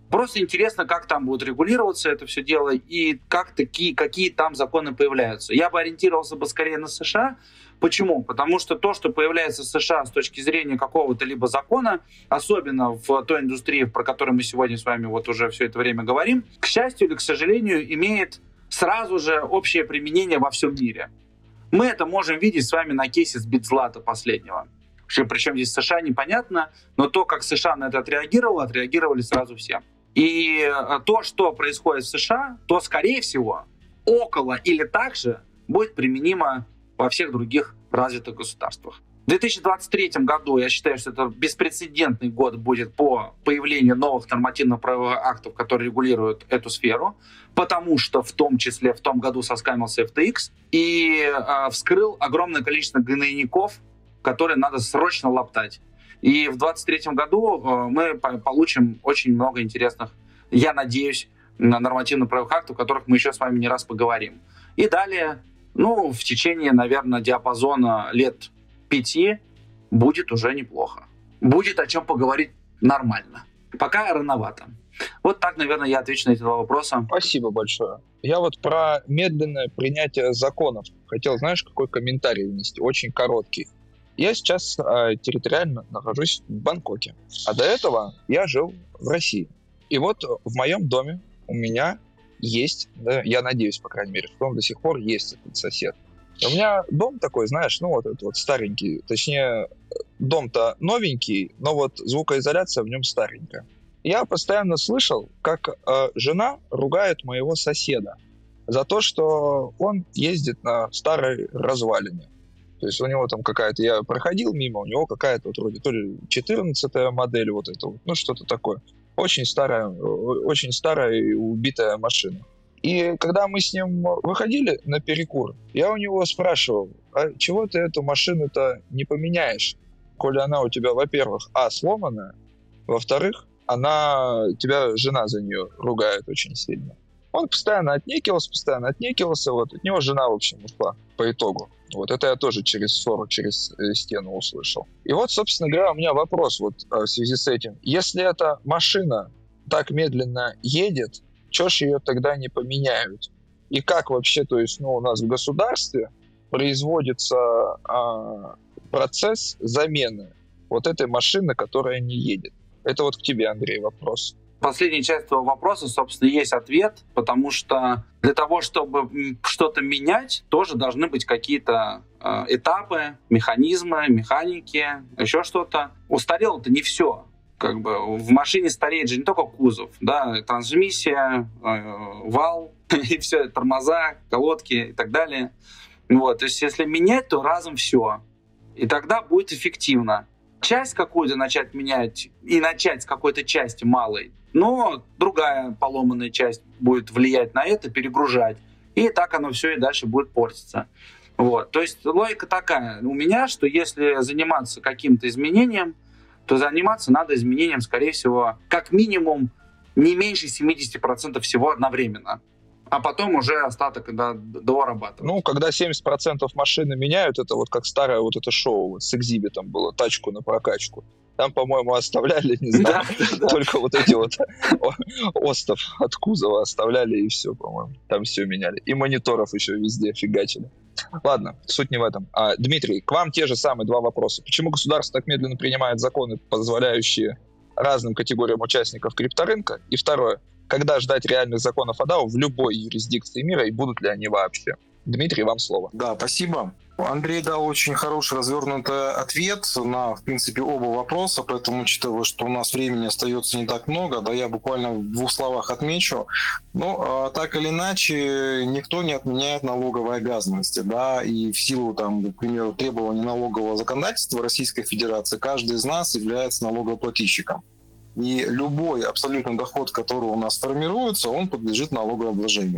Просто интересно, как там будет регулироваться это все дело и какие там законы появляются. Я бы ориентировался скорее на США. Почему? Потому что то, что появляется в США с точки зрения какого-то либо закона, особенно в той индустрии, про которую мы сегодня с вами вот уже все это время говорим, к счастью или к сожалению, имеет сразу же общее применение во всем мире. Мы это можем видеть с вами на кейсе с Битзлата последнего. Причем здесь США непонятно, но то, как США на это отреагировали сразу все. И то, что происходит в США, то, скорее всего, около или так же будет применимо во всех других развитых государствах. В 2023 году, я считаю, что это беспрецедентный год будет по появлению новых нормативно-правовых актов, которые регулируют эту сферу, потому что в том числе в том году соскамился FTX и вскрыл огромное количество гнойников, которые надо срочно лаптать. И в 2023 году мы получим очень много интересных, я надеюсь, нормативно-правовых актов, о которых мы еще с вами не раз поговорим. И далее, в течение, наверное, диапазона лет 5 будет уже неплохо. Будет о чем поговорить нормально. Пока рановато. Вот так, наверное, я отвечу на эти два вопроса. Спасибо большое. Я вот про медленное принятие законов хотел, знаешь, какой комментарий внести, очень короткий. Я сейчас территориально нахожусь в Бангкоке, а до этого я жил в России. И вот в моем доме у меня есть, да, я надеюсь, по крайней мере, что он до сих пор есть, этот сосед. У меня дом такой, знаешь, вот этот вот старенький, точнее, дом-то новенький, но вот звукоизоляция в нем старенькая. Я постоянно слышал, как жена ругает моего соседа за то, что он ездит на старой развалине. То есть у него там какая-то, я проходил мимо, у него какая-то вот вроде то ли 14-я модель, вот это вот, что-то такое. Очень старая и убитая машина. И когда мы с ним выходили на перекур, я у него спрашивал, а чего ты эту машину-то не поменяешь, коли она у тебя, во-первых, сломанная, во-вторых, тебя жена за нее ругает очень сильно. Он постоянно отнекивался, вот от него жена, в общем, ушла по итогу. Вот это я тоже через ссору, через стену услышал. И вот, собственно говоря, у меня вопрос вот в связи с этим. Если эта машина так медленно едет, чё ж ее тогда не поменяют? И как вообще, то есть, у нас в государстве производится процесс замены вот этой машины, которая не едет? Это вот к тебе, Андрей, вопрос. Последняя часть твоего вопроса, собственно, есть ответ, потому что для того, чтобы что-то менять, тоже должны быть какие-то этапы, механизмы, механики, еще что-то. Устарело-то не все. В машине стареет же не только кузов, да, трансмиссия, вал, и все, тормоза, колодки и так далее. Вот, то есть если менять, то разом все. И тогда будет эффективно. Часть какую-то начать менять и начать с какой-то части малой, но другая поломанная часть будет влиять на это, перегружать. И так оно все и дальше будет портиться. Вот. То есть логика такая у меня, что если заниматься каким-то изменением, то заниматься надо изменением, скорее всего, как минимум не меньше 70% всего одновременно. А потом уже остаток дорабатывать. Когда 70% машины меняют, это вот как старое вот это шоу вот с экзибитом было, тачку на прокачку. Там, по-моему, оставляли, не знаю, только вот эти вот остов от кузова оставляли, и все, по-моему. Там все меняли. И мониторов еще везде фигачили. Ладно, суть не в этом. Дмитрий, к вам те же самые два вопроса. Почему государство так медленно принимает законы, позволяющие разным категориям участников крипторынка? И второе, когда ждать реальных законов о DAO в любой юрисдикции мира, и будут ли они вообще? Дмитрий, вам слово. Да, спасибо. Андрей дал очень хороший развернутый ответ на, в принципе, оба вопроса, поэтому, учитывая, что у нас времени остается не так много, да, я буквально в 2 словах отмечу. Так или иначе, никто не отменяет налоговые обязанности, да, и в силу, к примеру, требований налогового законодательства Российской Федерации каждый из нас является налогоплательщиком. И любой абсолютно доход, который у нас формируется, он подлежит налогообложению.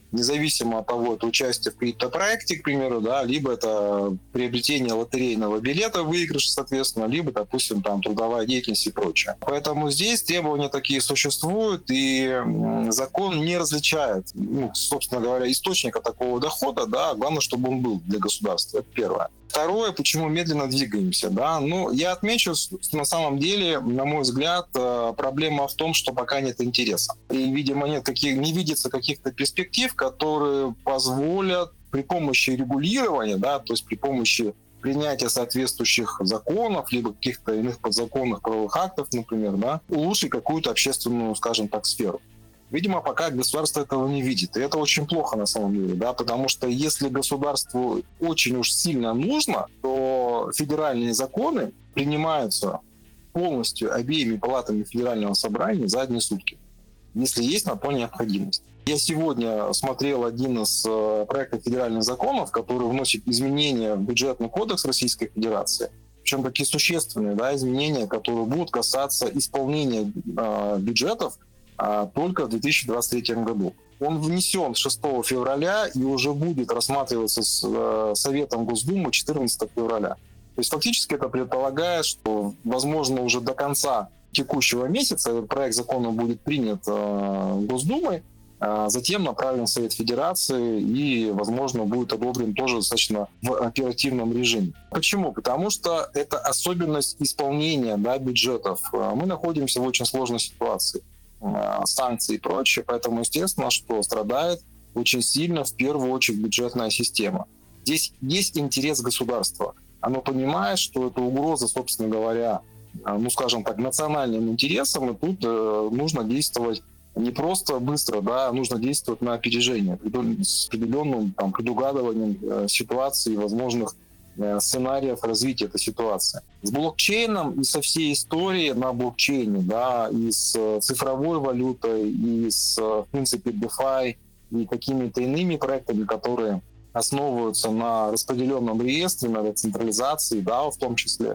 независимо от того, это участие в криптопроекте, к примеру, да, либо это приобретение лотерейного билета, выигрыш, соответственно, либо, допустим, там трудовая деятельность и прочее. Поэтому здесь требования такие существуют, и закон не различает, собственно говоря, источника такого дохода, да, главное, чтобы он был для государства. Это первое. Второе, почему медленно двигаемся, да, я отмечу, на самом деле, на мой взгляд, проблема в том, что пока нет интереса. И, видимо, не видится каких-то перспектив, которые позволят при помощи регулирования, да, то есть при помощи принятия соответствующих законов, либо каких-то иных подзаконных правовых актов, например, да, улучшить какую-то общественную, скажем так, сферу. Видимо, пока государство этого не видит. И это очень плохо на самом деле, да, потому что если государству очень уж сильно нужно, то федеральные законы принимаются полностью обеими палатами Федерального собрания за одни сутки, если есть на то необходимость. Я сегодня смотрел один из проектов федеральных законов, который вносит изменения в бюджетный кодекс Российской Федерации. Причем такие существенные, да, изменения, которые будут касаться исполнения бюджетов только в 2023 году. Он внесен 6 февраля и уже будет рассматриваться с Советом Госдумы 14 февраля. То есть фактически это предполагает, что, возможно, уже до конца текущего месяца этот проект закона будет принят Госдумой, затем направлен в Совет Федерации и, возможно, будет одобрен тоже достаточно в оперативном режиме. Почему? Потому что это особенность исполнения, да, бюджетов. Мы находимся в очень сложной ситуации. Санкции и прочее, поэтому естественно, что страдает очень сильно в первую очередь бюджетная система. Здесь есть интерес государства. Оно понимает, что это угроза, собственно говоря, скажем так, национальным интересам, и тут нужно действовать не просто быстро, да, нужно действовать на опережение, с определенным предугадыванием ситуации и возможных сценариев развития этой ситуации. С блокчейном и со всей историей на блокчейне, да, и с цифровой валютой, и с, в принципе, DeFi, и какими-то иными проектами, которые основываются на распределенном реестре, на децентрализации, да, в том числе,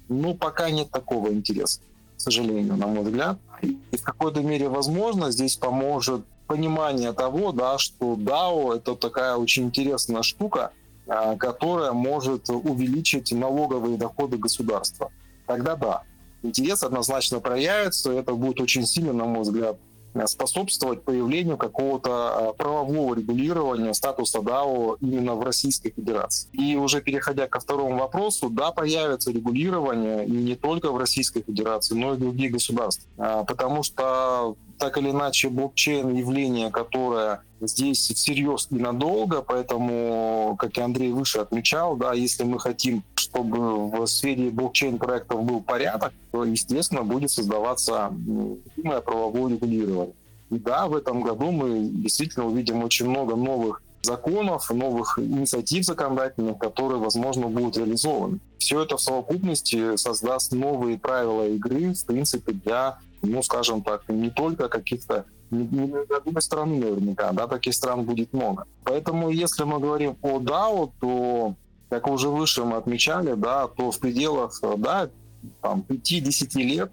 пока нет такого интереса, к сожалению, на мой взгляд. И в какой-то мере, возможно, здесь поможет понимание того, да, что DAO — это такая очень интересная штука, которая может увеличить налоговые доходы государства. Тогда да, интерес однозначно проявится, это будет очень сильно, на мой взгляд, способствовать появлению какого-то правового регулирования статуса DAO именно в Российской Федерации. И уже переходя ко второму вопросу, да, появится регулирование и не только в Российской Федерации, но и в других государствах. Потому что так или иначе блокчейн — явление, которое здесь всерьез и надолго, поэтому, как и Андрей выше отмечал, да, если мы хотим, чтобы в сфере блокчейн-проектов был порядок, то, естественно, будет создаваться правовое регулирование. И да, в этом году мы действительно увидим очень много новых законов, новых инициатив законодательных, которые, возможно, будут реализованы. Все это в совокупности создаст новые правила игры, в принципе, для, скажем так, не только каких-то не одной страны наверняка, да, таких стран будет много. Поэтому, если мы говорим о DAO, то, как уже выше мы отмечали, да, то в пределах, да, 5-10 лет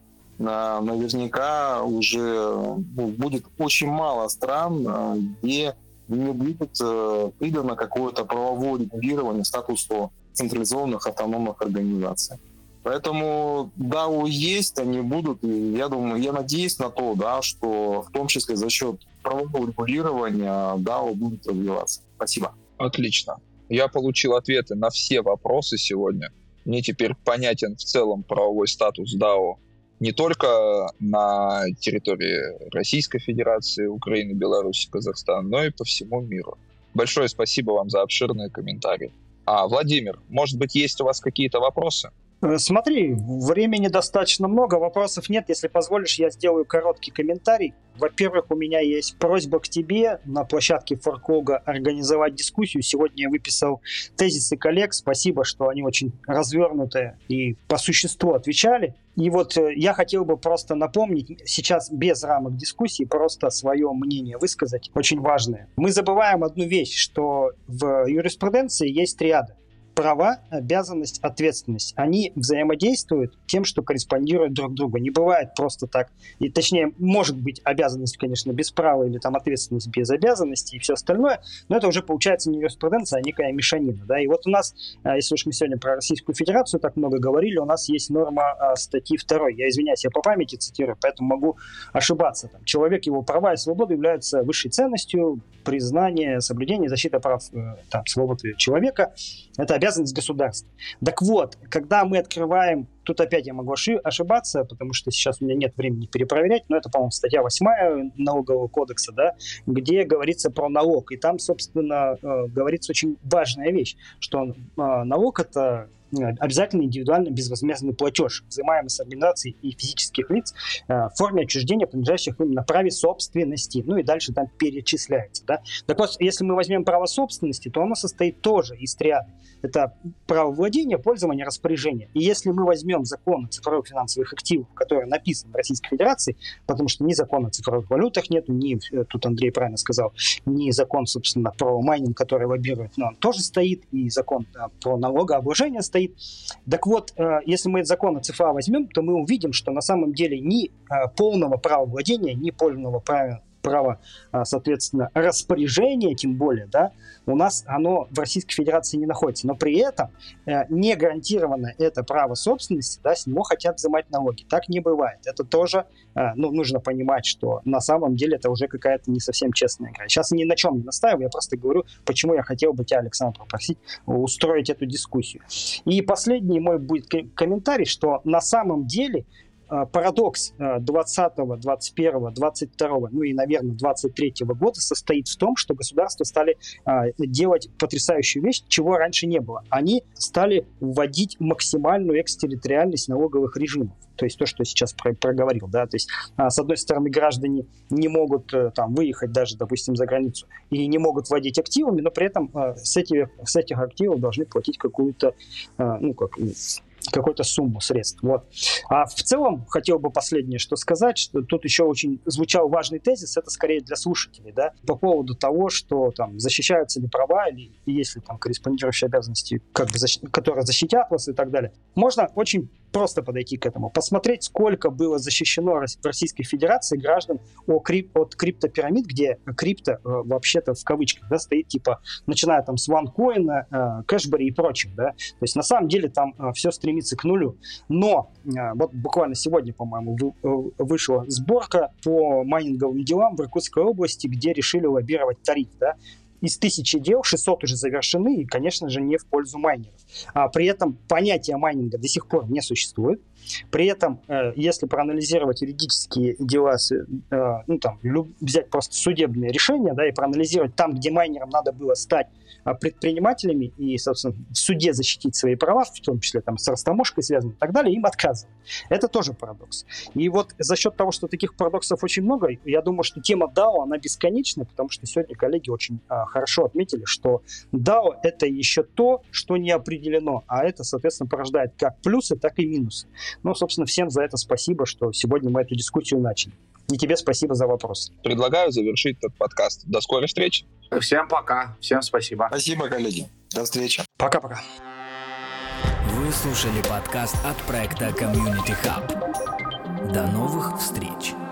наверняка уже будет очень мало стран, где не будет придано какое-то правовое регулирование статусу централизованных автономных организаций. Поэтому DAO есть, они будут, и я надеюсь на то, да, что в том числе за счет правового регулирования DAO будет развиваться. Спасибо. Отлично. Я получил ответы на все вопросы сегодня. Мне теперь понятен в целом правовой статус DAO не только на территории Российской Федерации, Украины, Беларуси, Казахстана, но и по всему миру. Большое спасибо вам за обширные комментарии. Владимир, может быть, есть у вас какие-то вопросы? Смотри, времени достаточно много, вопросов нет. Если позволишь, я сделаю короткий комментарий. Во-первых, у меня есть просьба к тебе на площадке Форклога организовать дискуссию. Сегодня я выписал тезисы коллег. Спасибо, что они очень развернутые и по существу отвечали. И вот я хотел бы просто напомнить, сейчас без рамок дискуссии, просто свое мнение высказать, очень важное. Мы забываем одну вещь, что в юриспруденции есть триада. права, обязанность, ответственность. Они взаимодействуют тем, что корреспондируют друг другу. Не бывает просто так. И, точнее, может быть обязанность, конечно, без права или там ответственность без обязанности и все остальное, но это уже получается не юриспруденция, а некая мешанина. Да? И вот у нас, если уж мы сегодня про Российскую Федерацию так много говорили, у нас есть норма статьи 2. Я извиняюсь, я по памяти цитирую, поэтому могу ошибаться. Там, человек, его права и свободы являются высшей ценностью, признание, соблюдение, защита прав там, свободы человека. Это обязанность государства. Так вот, когда мы открываем, тут опять я могу ошибаться, потому что сейчас у меня нет времени перепроверять, но это, по-моему, статья 8 Налогового кодекса, да, где говорится про налог. И там, собственно, говорится очень важная вещь, что налог – это обязательно индивидуально безвозмездный платеж, взимаемый с организаций и физических лиц в форме отчуждения, принадлежащих им на праве собственности. Ну и дальше там перечисляется. Да? Так вот, если мы возьмем право собственности, то оно состоит тоже из триады. Это право владения, пользования, распоряжения. И если мы возьмем закон о цифровых финансовых активах, который написан в Российской Федерации, потому что ни закона о цифровых валютах нету, ни, тут Андрей правильно сказал, ни закон, собственно, про майнинг, который лоббирует, но он тоже стоит, и закон про налогообложение стоит. Так вот, если мы этот закон о ЦФА возьмем, то мы увидим, что на самом деле ни полного права владения, ни полного права, соответственно, распоряжения, тем более, да, у нас оно в Российской Федерации не находится. Но при этом не гарантировано это право собственности, да, с него хотят взимать налоги. Так не бывает. Это тоже нужно понимать, что на самом деле это уже какая-то не совсем честная игра. Сейчас ни на чем не настаиваю, я просто говорю, почему я хотел бы тебя, Александр, попросить устроить эту дискуссию. И последний мой будет комментарий, что на самом деле парадокс 20, 21, 22, ну и, наверное, 23 года состоит в том, что государства стали делать потрясающую вещь, чего раньше не было. Они стали вводить максимальную экстерриториальность налоговых режимов. То есть то, что сейчас проговорил. Да? То есть, с одной стороны, граждане не могут там, выехать даже, допустим, за границу и не могут владеть активами, но при этом с этих активов должны платить какую-то, какую-то сумму средств. Вот. А в целом, хотел бы последнее что сказать, что тут еще очень звучал важный тезис, это скорее для слушателей, да, по поводу того, что там защищаются ли права, или есть ли там корреспондирующие обязанности, как бы, которые защитят вас и так далее. Можно очень просто подойти к этому, посмотреть, сколько было защищено в Российской Федерации граждан от криптопирамид, где крипто вообще-то в кавычках, да, стоит типа, начиная там с OneCoin, Кэшбэри и прочим, да, то есть на самом деле там все стремится к нулю. Но вот буквально сегодня, по-моему, вышла сборка по майнинговым делам в Иркутской области, где решили лоббировать тариф, да. Из 1000 дел 600 уже завершены, и, конечно же, не в пользу майнеров. При этом понятие майнинга до сих пор не существует. При этом, если проанализировать юридические дела, взять просто судебные решения, да, и проанализировать там, где майнерам надо было стать предпринимателями и, собственно, в суде защитить свои права, в том числе там, с растаможкой связаны и так далее, им отказывают. Это тоже парадокс. И вот за счет того, что таких парадоксов очень много, я думаю, что тема DAO, она бесконечна, потому что сегодня коллеги очень хорошо отметили, что DAO — это еще то, что не определено, а это, соответственно, порождает как плюсы, так и минусы. Ну, собственно, всем за это спасибо, что сегодня мы эту дискуссию начали. И тебе спасибо за вопрос. Предлагаю завершить этот подкаст. До скорой встречи. Всем пока. Всем спасибо. Спасибо, коллеги. До встречи. Пока-пока. Вы слушали подкаст от проекта Community Hub. До новых встреч.